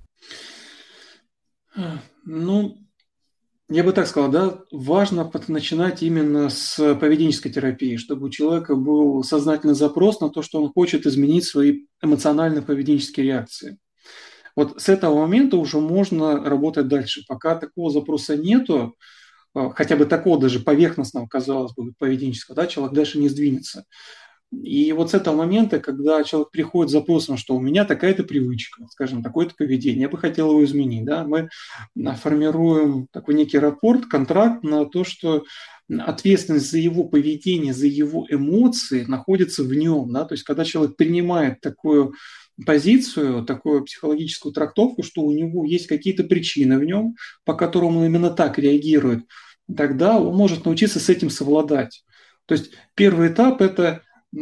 Ну, я бы так сказал, да, важно начинать именно с поведенческой терапии, чтобы у человека был сознательный запрос на то, что он хочет изменить свои эмоционально-поведенческие реакции. Вот с этого момента уже можно работать дальше. Пока такого запроса нету, хотя бы такого даже поверхностного, казалось бы, поведенческого, да, человек дальше не сдвинется. И вот с этого момента, когда человек приходит с запросом, что у меня такая-то привычка, скажем, такое-то поведение, я бы хотел его изменить, да, мы формируем такой некий рапорт, контракт на то, что ответственность за его поведение, за его эмоции находится в нем, да, то есть когда человек принимает такую позицию, такую психологическую трактовку, что у него есть какие-то причины в нем, по которым он именно так реагирует, тогда он может научиться с этим совладать. То есть первый этап – это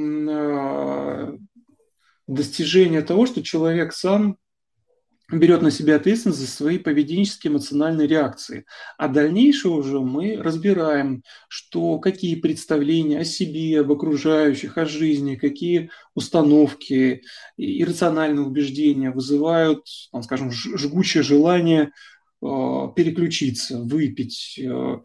достижение того, что человек сам берет на себя ответственность за свои поведенческие эмоциональные реакции. А дальнейшее уже мы разбираем, что какие представления о себе, об окружающих, о жизни, какие установки, иррациональные убеждения вызывают, там, скажем, жгучее желание э, переключиться, выпить, э,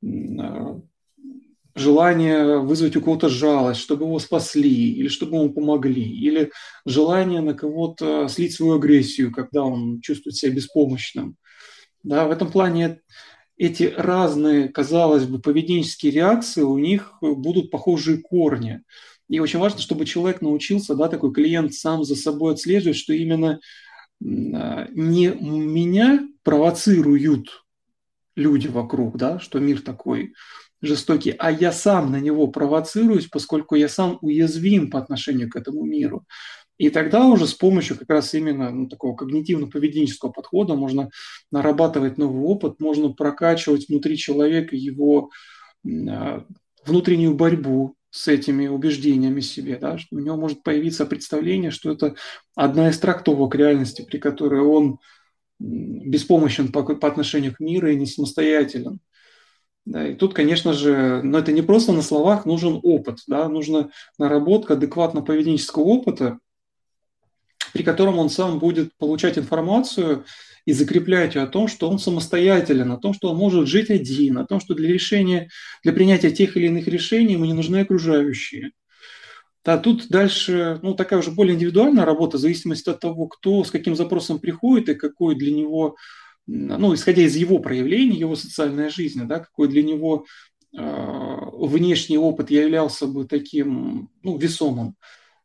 желание вызвать у кого-то жалость, чтобы его спасли, или чтобы ему помогли, или желание на кого-то слить свою агрессию, когда он чувствует себя беспомощным. Да, в этом плане эти разные, казалось бы, поведенческие реакции, у них будут похожие корни. И очень важно, чтобы человек научился, да, такой клиент сам за собой отслеживать, что именно не меня провоцируют люди вокруг, да, что мир такой жестокий, а я сам на него провоцируюсь, поскольку я сам уязвим по отношению к этому миру. И тогда уже с помощью как раз именно ну, такого когнитивно-поведенческого подхода можно нарабатывать новый опыт, можно прокачивать внутри человека его э, внутреннюю борьбу с этими убеждениями себе, да, что у него может появиться представление, что это одна из трактовок реальности, при которой он беспомощен по, по отношению к миру и не самостоятелен. Да, и тут, конечно же, но это не просто на словах, нужен опыт, да, нужна наработка адекватно поведенческого опыта, при котором он сам будет получать информацию и закреплять ее о том, что он самостоятелен, о том, что он может жить один, о том, что для решения, для принятия тех или иных решений ему не нужны окружающие. Да, тут дальше, ну, такая уже более индивидуальная работа, в зависимости от того, кто с каким запросом приходит и какой для него, ну, исходя из его проявлений, его социальной жизни, да, какой для него э, внешний опыт являлся бы таким, ну, весомым.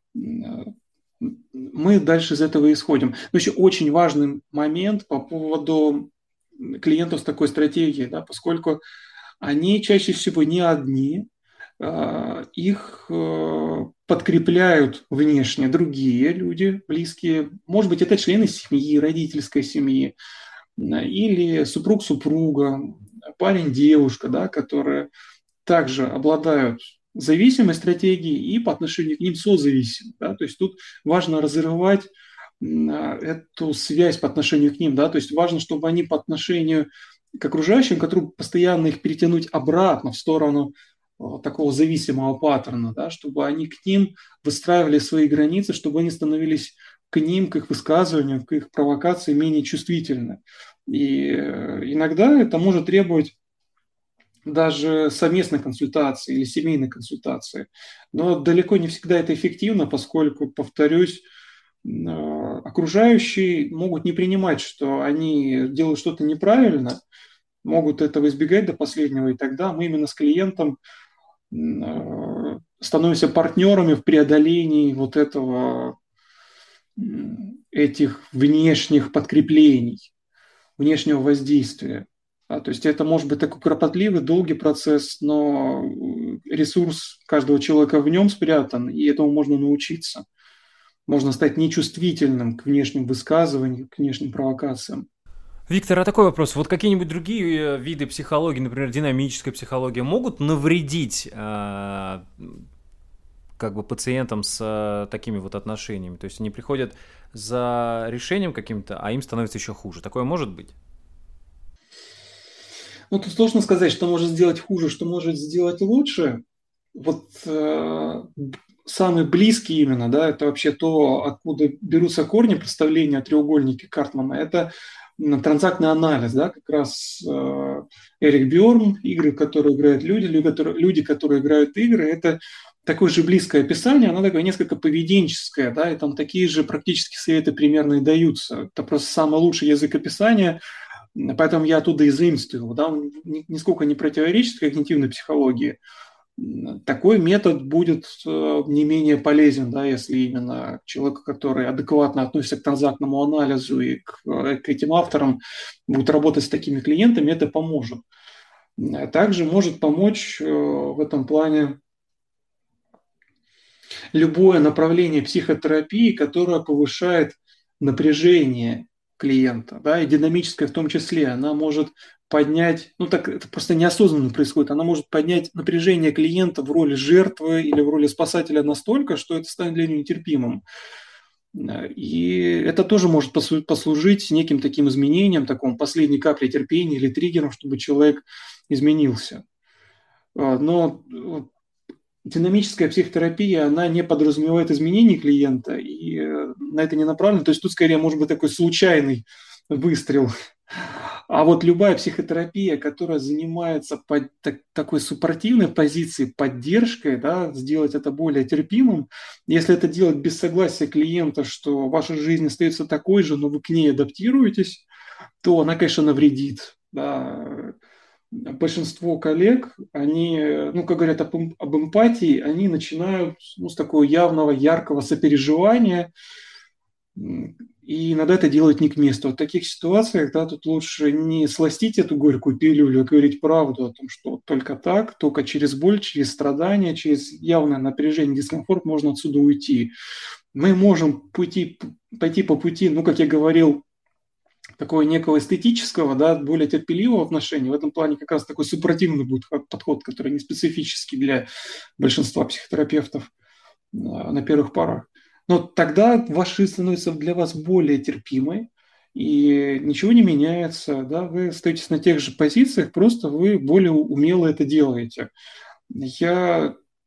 Мы дальше из этого исходим. Но еще очень важный момент по поводу клиентов с такой стратегией, да, поскольку они чаще всего не одни, их подкрепляют внешне другие люди, близкие. Может быть, это члены семьи, родительской семьи, или супруг супруга, парень девушка, да, которые также обладают зависимой стратегией и по отношению к ним созависимы. Да? То есть тут важно разрывать эту связь по отношению к ним. Да? То есть важно, чтобы они по отношению к окружающим, которые постоянно их перетянуть обратно в сторону такого зависимого паттерна, да, чтобы они к ним выстраивали свои границы, чтобы они становились к ним, к их высказываниям, к их провокации менее чувствительны. И иногда это может требовать даже совместной консультации или семейной консультации. Но далеко не всегда это эффективно, поскольку, повторюсь, окружающие могут не принимать, что они делают что-то неправильно, могут этого избегать до последнего, и тогда мы именно с клиентом становимся партнерами в преодолении вот этого, этих внешних подкреплений, внешнего воздействия. А, то есть это может быть такой кропотливый, долгий процесс, но ресурс каждого человека в нем спрятан, и этому можно научиться. Можно стать нечувствительным к внешним высказываниям, к внешним провокациям. Виктор, а такой вопрос. Вот какие-нибудь другие виды психологии, например, динамическая психология, могут навредить э, как бы пациентам с э, такими вот отношениями? То есть они приходят за решением каким-то, а им становится еще хуже. Такое может быть? Ну, тут сложно сказать, что может сделать хуже, что может сделать лучше. Вот э, самый близкий именно, да, это вообще то, откуда берутся корни представления о треугольнике Картмана. Это транзактный анализ, да, как раз э, Эрик Бьорн, игры, в которые играют люди, люди которые, люди, которые играют игры, это такое же близкое описание, оно такое несколько поведенческое, да, и там такие же практически советы примерно и даются. Это просто самый лучший язык описания, поэтому я оттуда и заимствую, да, он нисколько не противоречит когнитивной психологии. Такой метод будет не менее полезен, да, если именно человек, который адекватно относится к транзактному анализу и к, к этим авторам, будет работать с такими клиентами, это поможет. Также может помочь в этом плане любое направление психотерапии, которое повышает напряжение клиента, да, и динамическая в том числе, она может поднять, ну так это просто неосознанно происходит, она может поднять напряжение клиента в роли жертвы или в роли спасателя настолько, что это станет для него нетерпимым. И это тоже может послужить неким таким изменением, таком последней каплей терпения или триггером, чтобы человек изменился. Но динамическая психотерапия, она не подразумевает изменений клиента, и на это не направлено. То есть тут скорее может быть такой случайный выстрел. А вот любая психотерапия, которая занимается под так, такой суппортивной позицией, поддержкой, да, сделать это более терпимым, если это делать без согласия клиента, что ваша жизнь остается такой же, но вы к ней адаптируетесь, то она, конечно, навредит. Да. Большинство коллег, они, ну, как говорят об, об эмпатии, они начинают ну, с такого явного, яркого сопереживания, и иногда это делать не к месту. В таких ситуациях, да, тут лучше не сластить эту горькую пилюлю, а говорить правду о том, что только так, только через боль, через страдания, через явное напряжение, дискомфорт можно отсюда уйти. Мы можем пойти, пойти по пути, ну, как я говорил, такого некого эстетического, да, более терпеливого отношения. В этом плане как раз такой суппортивный будет подход, который не специфический для большинства психотерапевтов на первых порах. Но тогда ваша жизнь становится для вас более терпимой, и ничего не меняется, да, вы остаетесь на тех же позициях, просто вы более умело это делаете. Я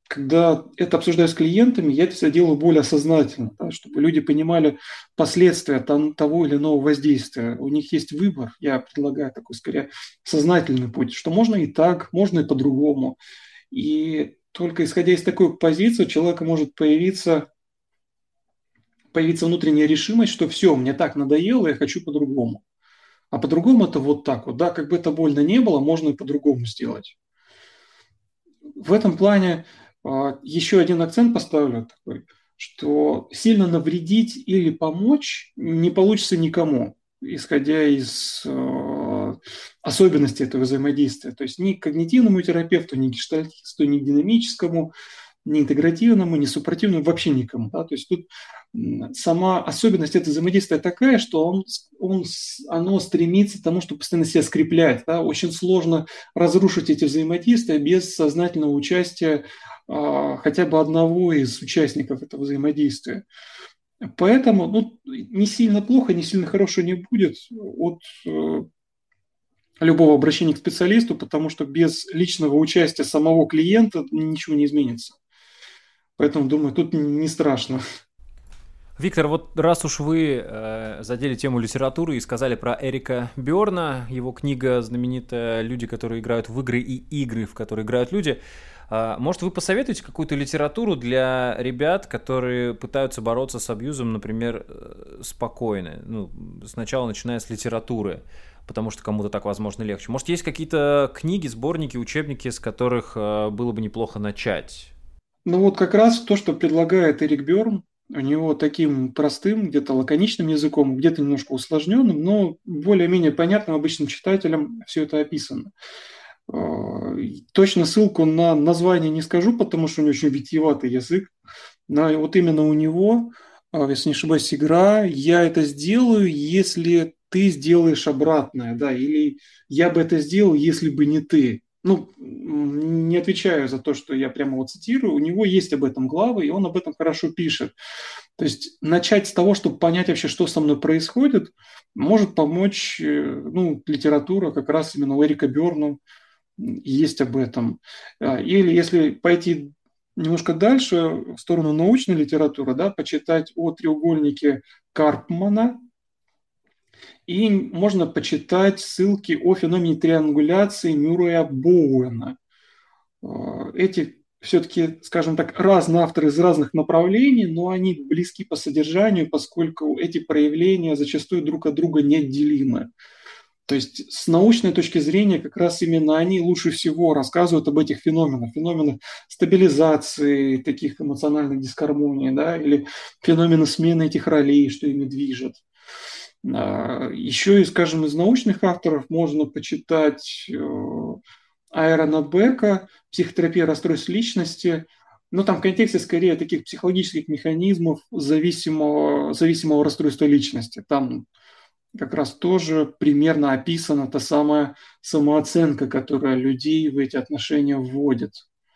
когда это обсуждаю с клиентами, я это всегда делаю более осознательно, да, чтобы люди понимали последствия там, того или иного воздействия. У них есть выбор. Я предлагаю такой, скорее, сознательный путь, что можно и так, можно и по-другому. И только исходя из такой позиции у человека может появиться, появиться внутренняя решимость, что все, мне так надоело, я хочу по-другому. А по-другому это вот так вот. Да, как бы это больно не было, можно и по-другому сделать. В этом плане а, еще один акцент поставлю такой, что сильно навредить или помочь не получится никому, исходя из э, особенностей этого взаимодействия. То есть ни когнитивному терапевту, ни гештальтисту, ни динамическому, ни интегративному, ни суппортивному, вообще никому. Да? То есть тут сама особенность этого взаимодействия такая, что он, он, оно стремится к тому, чтобы постоянно себя скреплять. Да? Очень сложно разрушить эти взаимодействия без сознательного участия а, хотя бы одного из участников этого взаимодействия. Поэтому ну, не сильно плохо, не сильно хорошо не будет от э, любого обращения к специалисту, потому что без личного участия самого клиента ничего не изменится. Поэтому, думаю, тут не страшно. Виктор, вот раз уж вы э, задели тему литературы и сказали про Эрика Бёрна, его книга знаменитая «Люди, которые играют в игры и игры, в которые играют люди», э, может, вы посоветуете какую-то литературу для ребят, которые пытаются бороться с абьюзом, например, э, спокойно, ну, сначала начиная с литературы, потому что кому-то так, возможно, легче. Может, есть какие-то книги, сборники, учебники, с которых э, было бы неплохо начать? Ну вот как раз то, что предлагает Эрик Бёрн, у него таким простым, где-то лаконичным языком, где-то немножко усложненным, но более-менее понятным обычным читателям все это описано. Точно ссылку на название не скажу, потому что у него очень витиеватый язык. Но вот именно у него, если не ошибаюсь, игра «Я это сделаю, если ты сделаешь обратное», да, или «Я бы это сделал, если бы не ты». Ну, не отвечаю за то, что я прямо его цитирую, у него есть об этом главы, и он об этом хорошо пишет. То есть начать с того, чтобы понять вообще, что со мной происходит, может помочь ну, литература, как раз именно у Эрика Бёрна есть об этом. Или если пойти немножко дальше, в сторону научной литературы, да, почитать о треугольнике Карпмана, и можно почитать ссылки о феномене триангуляции Мюррея Боуэна. Эти все-таки, скажем так, разные авторы из разных направлений, но они близки по содержанию, поскольку эти проявления зачастую друг от друга неотделимы. То есть с научной точки зрения как раз именно они лучше всего рассказывают об этих феноменах, феноменах стабилизации таких эмоциональных дисгармоний, да, или феномены смены этих ролей, что ими движет. Еще и, скажем, из научных авторов можно почитать Айрона Бека «Психотерапия расстройств личности», но там в контексте скорее таких психологических механизмов зависимого, зависимого расстройства личности. Там как раз тоже примерно описана та самая самооценка, которая людей в эти отношения вводит.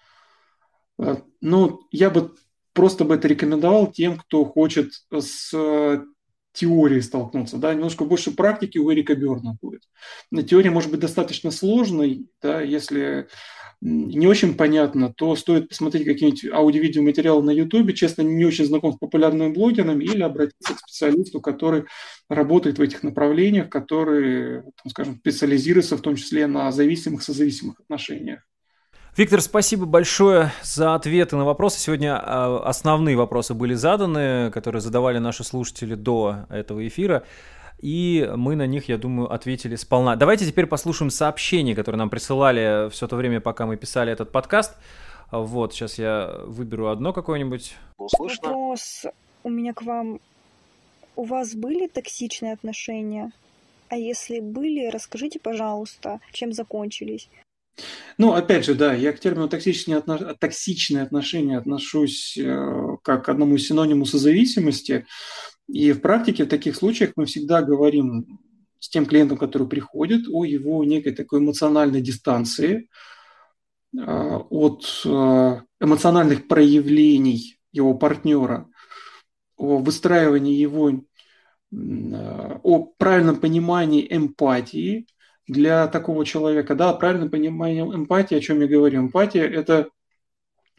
Ну, я бы просто бы это рекомендовал тем, кто хочет с теорией столкнуться, да, немножко больше практики у Эрика Бёрна будет. Но теория может быть достаточно сложной, да, если не очень понятно, то стоит посмотреть какие-нибудь аудио-видеоматериалы на Ютубе, честно, не очень знаком с популярными блогерами, или обратиться к специалисту, который работает в этих направлениях, который, там, скажем, специализируется в том числе на зависимых и созависимых отношениях. Виктор, спасибо большое за ответы на вопросы. Сегодня основные вопросы были заданы, которые задавали наши слушатели до этого эфира. И мы на них, я думаю, ответили сполна. Давайте теперь послушаем сообщения, которые нам присылали все то время, пока мы писали этот подкаст. Вот, сейчас я выберу одно какое-нибудь. Слышно? Вопрос у меня к вам. У вас были токсичные отношения? А если были, расскажите, пожалуйста, чем закончились? Ну, опять же, да, я к термину токсичные, отнош... токсичные отношения отношусь э, как к одному синониму созависимости. И в практике в таких случаях мы всегда говорим с тем клиентом, который приходит, о его некой такой эмоциональной дистанции, э, от э, эмоциональных проявлений его партнера, о выстраивании его, э, о правильном понимании эмпатии для такого человека. Да, правильное понимание эмпатии, о чем я говорю. Эмпатия – это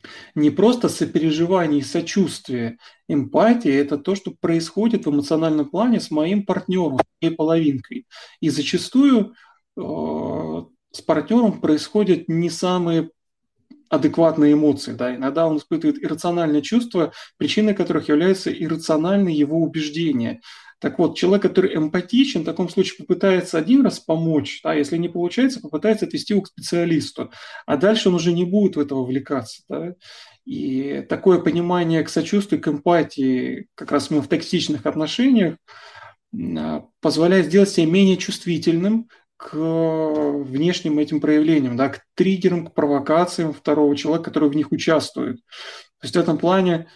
Не просто сопереживание и сочувствие. Эмпатия – это то, что происходит в эмоциональном плане с моим партнером, с моей половинкой. И зачастую э, с партнером происходят не самые адекватные эмоции. Да? Иногда он испытывает иррациональные чувства, причиной которых являются иррациональные его убеждения. Так вот, человек, который эмпатичен, в таком случае попытается один раз помочь, да, если не получается, попытается отвести его к специалисту, а дальше он уже не будет в это вовлекаться. Да. И такое понимание к сочувствию, к эмпатии, как раз в токсичных отношениях, позволяет сделать себя менее чувствительным к внешним этим проявлениям, да, к триггерам, к провокациям второго человека, который в них участвует. То есть в этом плане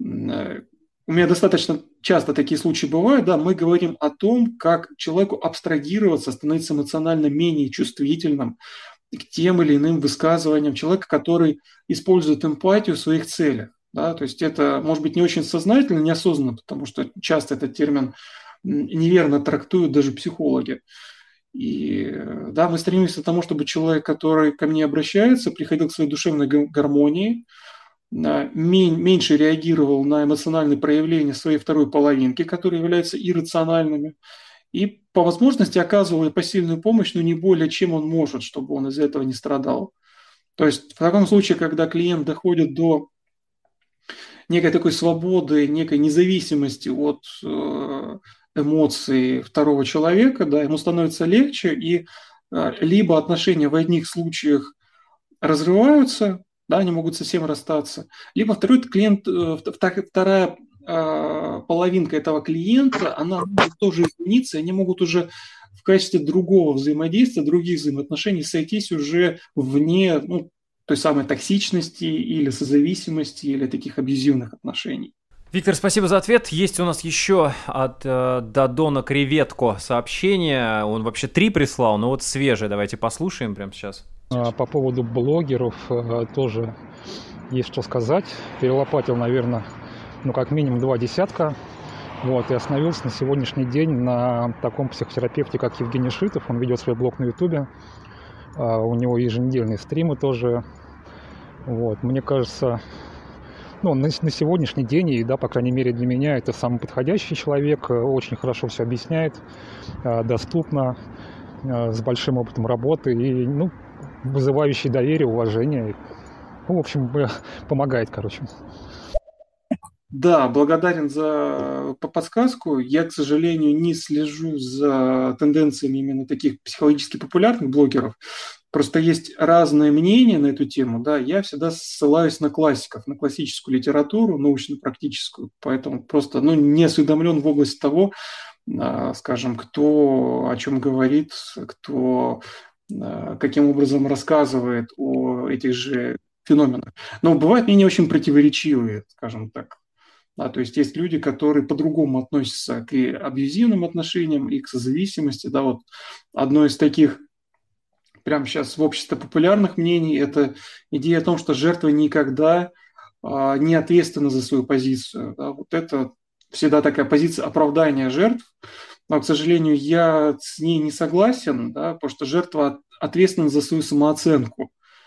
у меня достаточно часто такие случаи бывают, да, мы говорим о том, как человеку абстрагироваться, становиться эмоционально менее чувствительным к тем или иным высказываниям человека, который использует эмпатию в своих целях. Да, то есть это может быть не очень сознательно, неосознанно, потому что часто этот термин неверно трактуют даже психологи. И да, мы стремимся к тому, чтобы человек, который ко мне обращается, приходил к своей душевной гармонии, меньше реагировал на эмоциональные проявления своей второй половинки, которые являются иррациональными, и по возможности оказывал ей посильную помощь, но не более, чем он может, чтобы он из этого не страдал. То есть в таком случае, когда клиент доходит до некой такой свободы, некой независимости от эмоций второго человека, да, ему становится легче, и либо отношения в одних случаях разрываются, да, они могут совсем расстаться, либо второй клиент, вторая половинка этого клиента, она может тоже измениться, и они могут уже в качестве другого взаимодействия, других взаимоотношений сойтись уже вне, ну, той самой токсичности или созависимости, или таких абьюзивных отношений. Виктор, спасибо за ответ. Есть у нас еще от э, Дадона Креветко сообщение. Он вообще три прислал, но вот свежее. Давайте послушаем прямо сейчас. По поводу блогеров э, тоже есть что сказать. Перелопатил, наверное, ну как минимум два десятка. Вот, и остановился на сегодняшний день на таком психотерапевте, как Евгений Шитов. Он ведет свой блог на Ютубе. Э, у него еженедельные стримы тоже. Вот, мне кажется... Ну, на, на сегодняшний день, и, да, по крайней мере для меня, это самый подходящий человек, очень хорошо все объясняет, доступно, с большим опытом работы и, ну, вызывающий доверие, уважение. Ну, в общем, помогает, короче. Да, благодарен за подсказку. Я, к сожалению, не слежу за тенденциями именно таких психологически популярных блогеров. Просто есть разные мнения на эту тему, да, я всегда ссылаюсь на классиков, на классическую литературу, научно-практическую, поэтому просто, ну, не осведомлен в области того, скажем, кто о чем говорит, кто каким образом рассказывает о этих же феноменах. Но бывают мнения очень противоречивые, скажем так. Да, то есть есть люди, которые по-другому относятся к абьюзивным отношениям, и к созависимости. Да, вот одно из таких прямо сейчас в обществе популярных мнений – это идея о том, что жертва никогда а, не ответственна за свою позицию. Да, вот это всегда такая позиция оправдания жертв. Но, к сожалению, я с ней не согласен, да, потому что жертва ответственна за свою самооценку.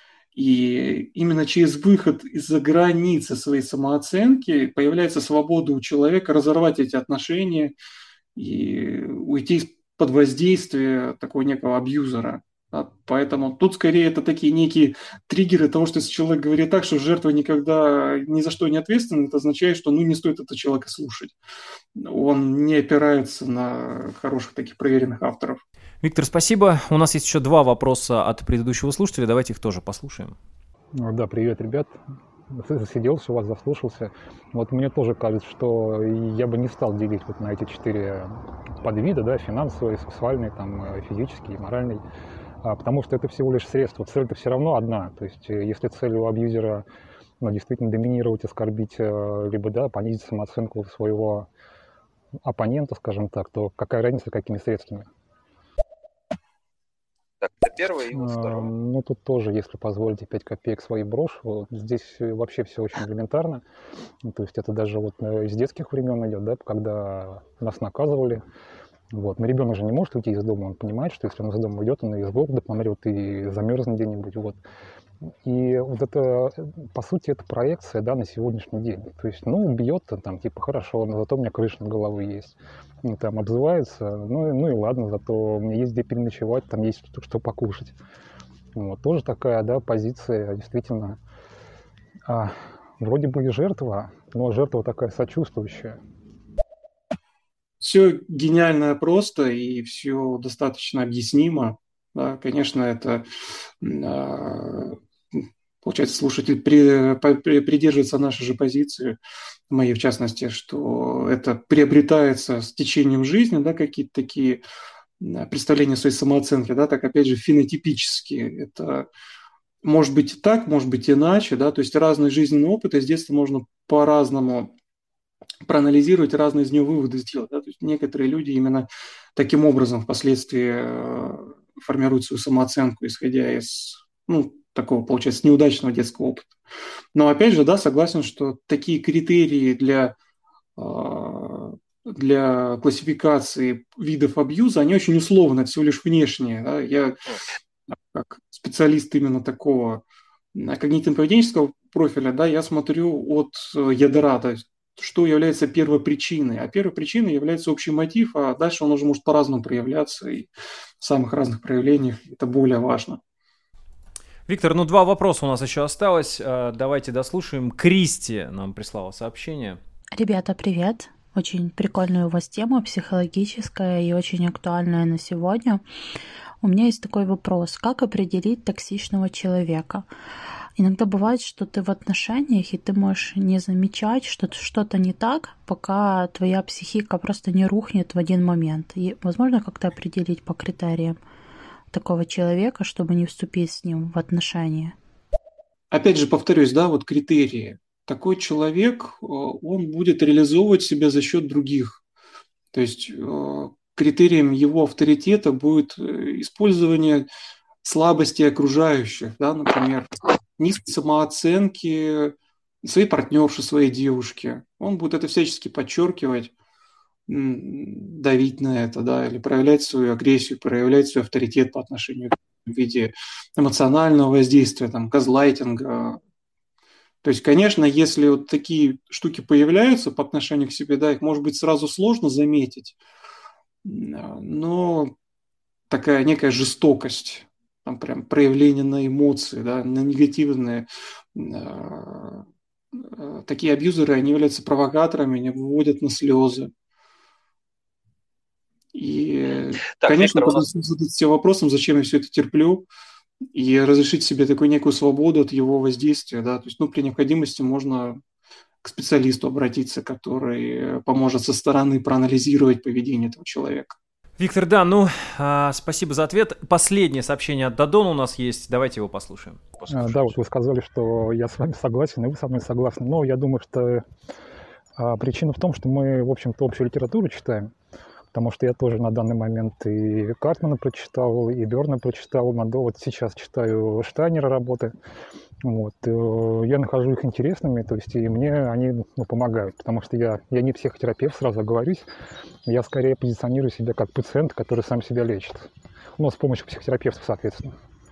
И именно через выход из-за границы своей самооценки появляется свобода у человека разорвать эти отношения и уйти из-под воздействия такого некого абьюзера. Да, поэтому тут скорее это такие некие триггеры того, что если человек говорит так, что жертва никогда ни за что не ответственна, это означает, что ну, не стоит этого человека слушать. Он не опирается на хороших таких проверенных авторов. Виктор, спасибо. У нас есть еще два вопроса от предыдущего слушателя. Давайте их тоже послушаем. Да, привет, ребят. Засиделся у вас, заслушался. Вот мне тоже кажется, что я бы не стал делить вот на эти четыре подвида, да, финансовый, сексуальный, там, физический, моральный, потому что это всего лишь средство. Цель-то все равно одна. То есть если цель у абьюзера, ну, действительно доминировать, оскорбить, либо, да, понизить самооценку своего оппонента, скажем так, то какая разница, какими средствами? Так, это первое и вот второе. Ну, тут тоже, если позволите, пять копеек свои брошу. Вот здесь вообще все очень элементарно. То есть это даже вот из детских времен идет, да, когда нас наказывали. Вот. Но ребенок же не может уйти из дома, он понимает, что если он из дома уйдет, он из голода помрет и замерзнет где-нибудь. Вот. И вот это, по сути, это проекция, да, на сегодняшний день. То есть, ну, бьет там, типа, хорошо, но зато у меня крыша над головой есть. Ну, там обзывается, ну, ну и ладно, зато у меня есть где переночевать, там есть что, что покушать. Вот, тоже такая, да, позиция, действительно, а, вроде бы и жертва, но жертва такая сочувствующая. Все гениально просто и все достаточно объяснимо. Да, конечно, это, получается, слушатель при, при, придерживается нашей же позиции, моей в частности, что это приобретается с течением жизни, да, какие-то такие представления своей самооценки, да, так опять же фенотипические. Это может быть и так, может быть иначе, да, то есть разный жизненный опыт, из детства можно по-разному проанализировать, разные из него выводы сделать. Да? То есть некоторые люди именно таким образом впоследствии формируют свою самооценку, исходя из, ну, такого, получается, неудачного детского опыта. Но опять же, да, согласен, что такие критерии для, для классификации видов абьюза, они очень условны, это всего лишь внешние. Да? Я как специалист именно такого когнитивно-поведенческого профиля, да, я смотрю от ядра, то есть что является первопричиной. А первопричиной является общий мотив, а дальше он уже может по-разному проявляться, и в самых разных проявлениях это более важно. Виктор, ну два вопроса у нас еще осталось. Давайте дослушаем. Кристи нам прислала сообщение. Ребята, привет. Очень прикольная у вас тема, психологическая и очень актуальная на сегодня. У меня есть такой вопрос. Как определить токсичного человека? Иногда бывает, что ты в отношениях, и ты можешь не замечать, что что-то не так, пока твоя психика просто не рухнет в один момент. И возможно как-то определить по критериям такого человека, чтобы не вступить с ним в отношения. Опять же, повторюсь, да, вот критерии. Такой человек, он будет реализовывать себя за счет других. То есть критерием его авторитета будет использование слабости окружающих, да, например, низкой самооценки своей партнерши, своей девушки. Он будет это всячески подчеркивать, давить на это, да, или проявлять свою агрессию, проявлять свой авторитет по отношению к в виде эмоционального воздействия, там, газлайтинга. То есть, конечно, если вот такие штуки появляются по отношению к себе, да, их может быть сразу сложно заметить, но такая некая жестокость, там прям проявление на эмоции, да, на негативные. Такие абьюзеры, они являются провокаторами, они выводят на слезы. И, так, конечно, Виктор, нас... задать себе вопросом, зачем я все это терплю, и разрешить себе такую некую свободу от его воздействия, да, то есть, ну, при необходимости можно к специалисту обратиться, который поможет со стороны проанализировать поведение этого человека. Виктор, да, ну, а, спасибо за ответ. Последнее сообщение от Дадона у нас есть, давайте его послушаем. А, да, вот вы сказали, что я с вами согласен, и вы со мной согласны, но я думаю, что а, причина в том, что мы, в общем-то, общую литературу читаем, потому что я тоже на данный момент и Картмана прочитал, и Берна прочитал, вот сейчас читаю Штайнера работы. Вот. Я нахожу их интересными, то есть и мне они, ну, помогают, потому что я, я не психотерапевт, сразу оговорюсь, я скорее позиционирую себя как пациент, который сам себя лечит, ну, с помощью психотерапевтов, соответственно.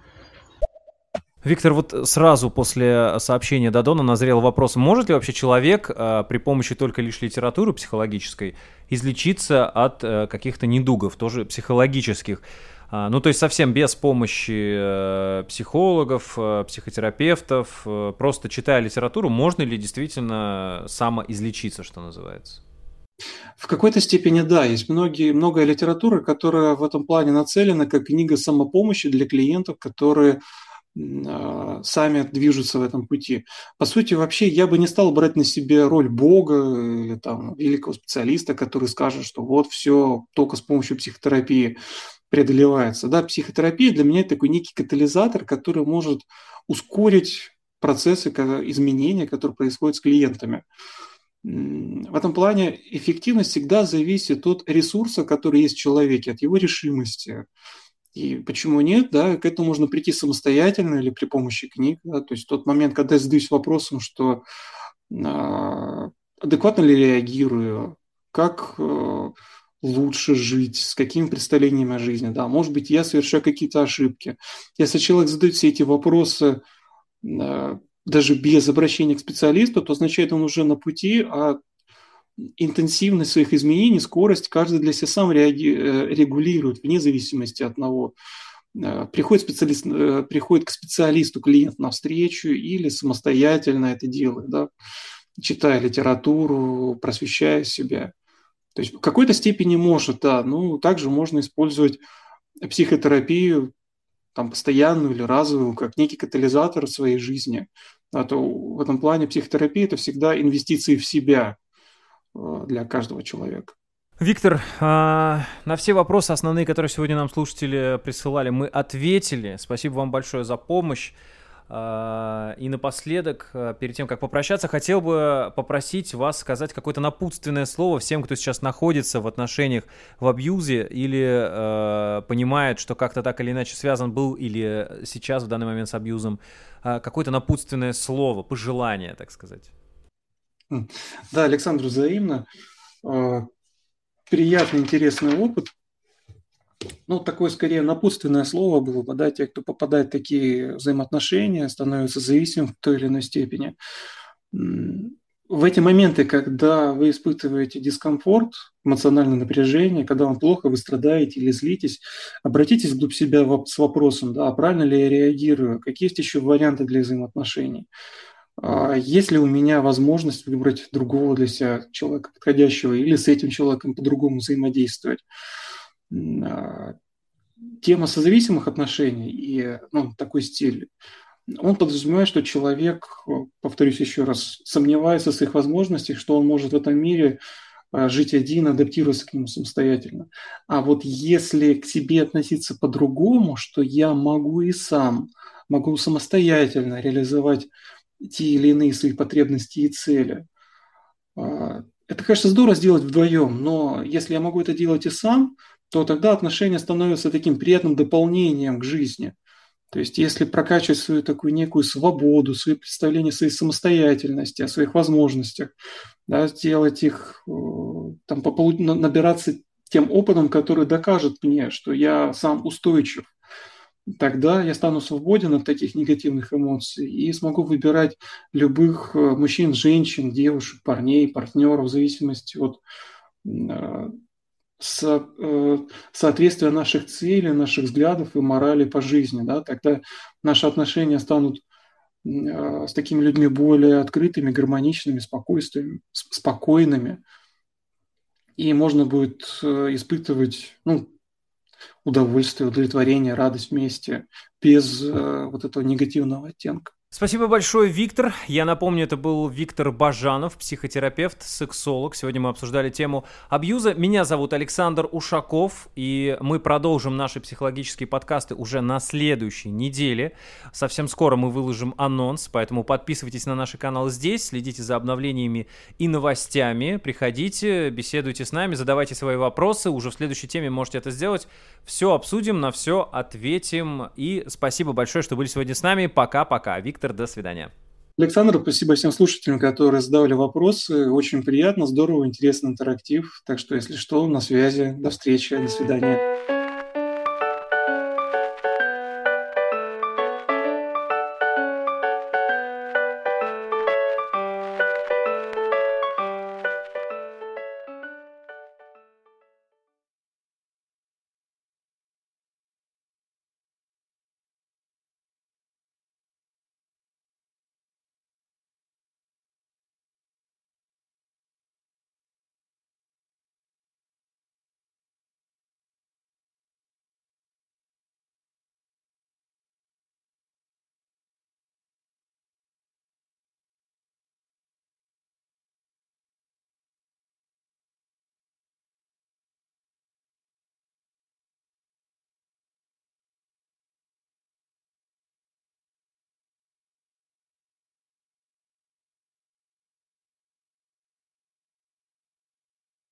Виктор, вот сразу после сообщения Дадона назрел вопрос, может ли вообще человек э, при помощи только лишь литературы психологической излечиться от э, каких-то недугов, тоже психологических? А, ну, то есть совсем без помощи э, психологов, э, психотерапевтов, э, просто читая литературу, можно ли действительно самоизлечиться, что называется? В какой-то степени да, есть многие, многое литературы, которая в этом плане нацелена как книга самопомощи для клиентов, которые сами движутся в этом пути. По сути, вообще я бы не стал брать на себе роль Бога или там великого специалиста, который скажет, что вот все только с помощью психотерапии преодолевается. Да, психотерапия для меня это такой некий катализатор, который может ускорить процессы изменения, которые происходят с клиентами. В этом плане эффективность всегда зависит от ресурса, который есть в человеке, от его решимости. И почему нет, да, к этому можно прийти самостоятельно или при помощи книг, да, то есть в тот момент, когда я задаюсь вопросом, что э, адекватно ли реагирую, как э, лучше жить, с какими представлениями о жизни, да, может быть, я совершаю какие-то ошибки. Если человек задает все эти вопросы даже без обращения к специалисту, то означает, он уже на пути, а интенсивность своих изменений, скорость каждый для себя сам реаги... регулирует вне зависимости от того, приходит, специалист, приходит к специалисту клиент навстречу или самостоятельно это делает, да, читая литературу, просвещая себя. То есть в какой-то степени может, да, ну также можно использовать психотерапию, там, постоянную или разовую, как некий катализатор в своей жизни. А то в этом плане психотерапия – это всегда инвестиции в себя для каждого человека. Виктор, на все вопросы основные, которые сегодня нам слушатели присылали, мы ответили. Спасибо вам большое за помощь. И напоследок, перед тем, как попрощаться, хотел бы попросить вас сказать какое-то напутственное слово всем, кто сейчас находится в отношениях в абьюзе или э, понимает, что как-то так или иначе связан был или сейчас в данный момент с абьюзом. Какое-то напутственное слово, пожелание, так сказать. Да, Александр, взаимно. Приятный, интересный опыт. Ну, такое скорее напутственное слово было бы, да, те, кто попадает в такие взаимоотношения, становятся зависимым в той или иной степени. В эти моменты, когда вы испытываете дискомфорт, эмоциональное напряжение, когда вам плохо, вы страдаете или злитесь, обратитесь вглубь себя с вопросом, да, правильно ли я реагирую, какие есть еще варианты для взаимоотношений. Есть ли у меня возможность выбрать другого для себя человека подходящего или с этим человеком по-другому взаимодействовать. Тема созависимых отношений и ну, такой стиль, он подразумевает, что человек, повторюсь еще раз, сомневается в своих возможностях, что он может в этом мире жить один, адаптироваться к нему самостоятельно. А вот если к себе относиться по-другому, что я могу и сам, могу самостоятельно реализовать те или иные свои потребности и цели, это, конечно, здорово сделать вдвоем, но если я могу это делать и сам, то тогда отношения становятся таким приятным дополнением к жизни. То есть если прокачивать свою такую некую свободу, свои представления о своей самостоятельности, о своих возможностях, да, сделать их, там, набираться тем опытом, который докажет мне, что я сам устойчив, тогда я стану свободен от таких негативных эмоций и смогу выбирать любых мужчин, женщин, девушек, парней, партнеров в зависимости от со, э, соответствия наших целей, наших взглядов и морали по жизни. Да? Тогда наши отношения станут э, с такими людьми более открытыми, гармоничными, спокойными. И можно будет э, испытывать ну, удовольствие, удовлетворение, радость вместе, без э, вот этого негативного оттенка. Спасибо большое, Виктор. Я напомню, это был Виктор Бажанов, психотерапевт, сексолог. Сегодня мы обсуждали тему абьюза. Меня зовут Александр Ушаков, и мы продолжим наши психологические подкасты уже на следующей неделе. Совсем скоро мы выложим анонс, поэтому подписывайтесь на наши каналы здесь, следите за обновлениями и новостями. Приходите, беседуйте с нами, задавайте свои вопросы. Уже в следующей теме можете это сделать. Все обсудим, на все ответим. И спасибо большое, что были сегодня с нами. Пока-пока. Виктор, до свидания. Александр, спасибо всем слушателям, которые задавали вопросы. Очень приятно, здорово, интересный интерактив. Так что, если что, на связи. До встречи, до свидания.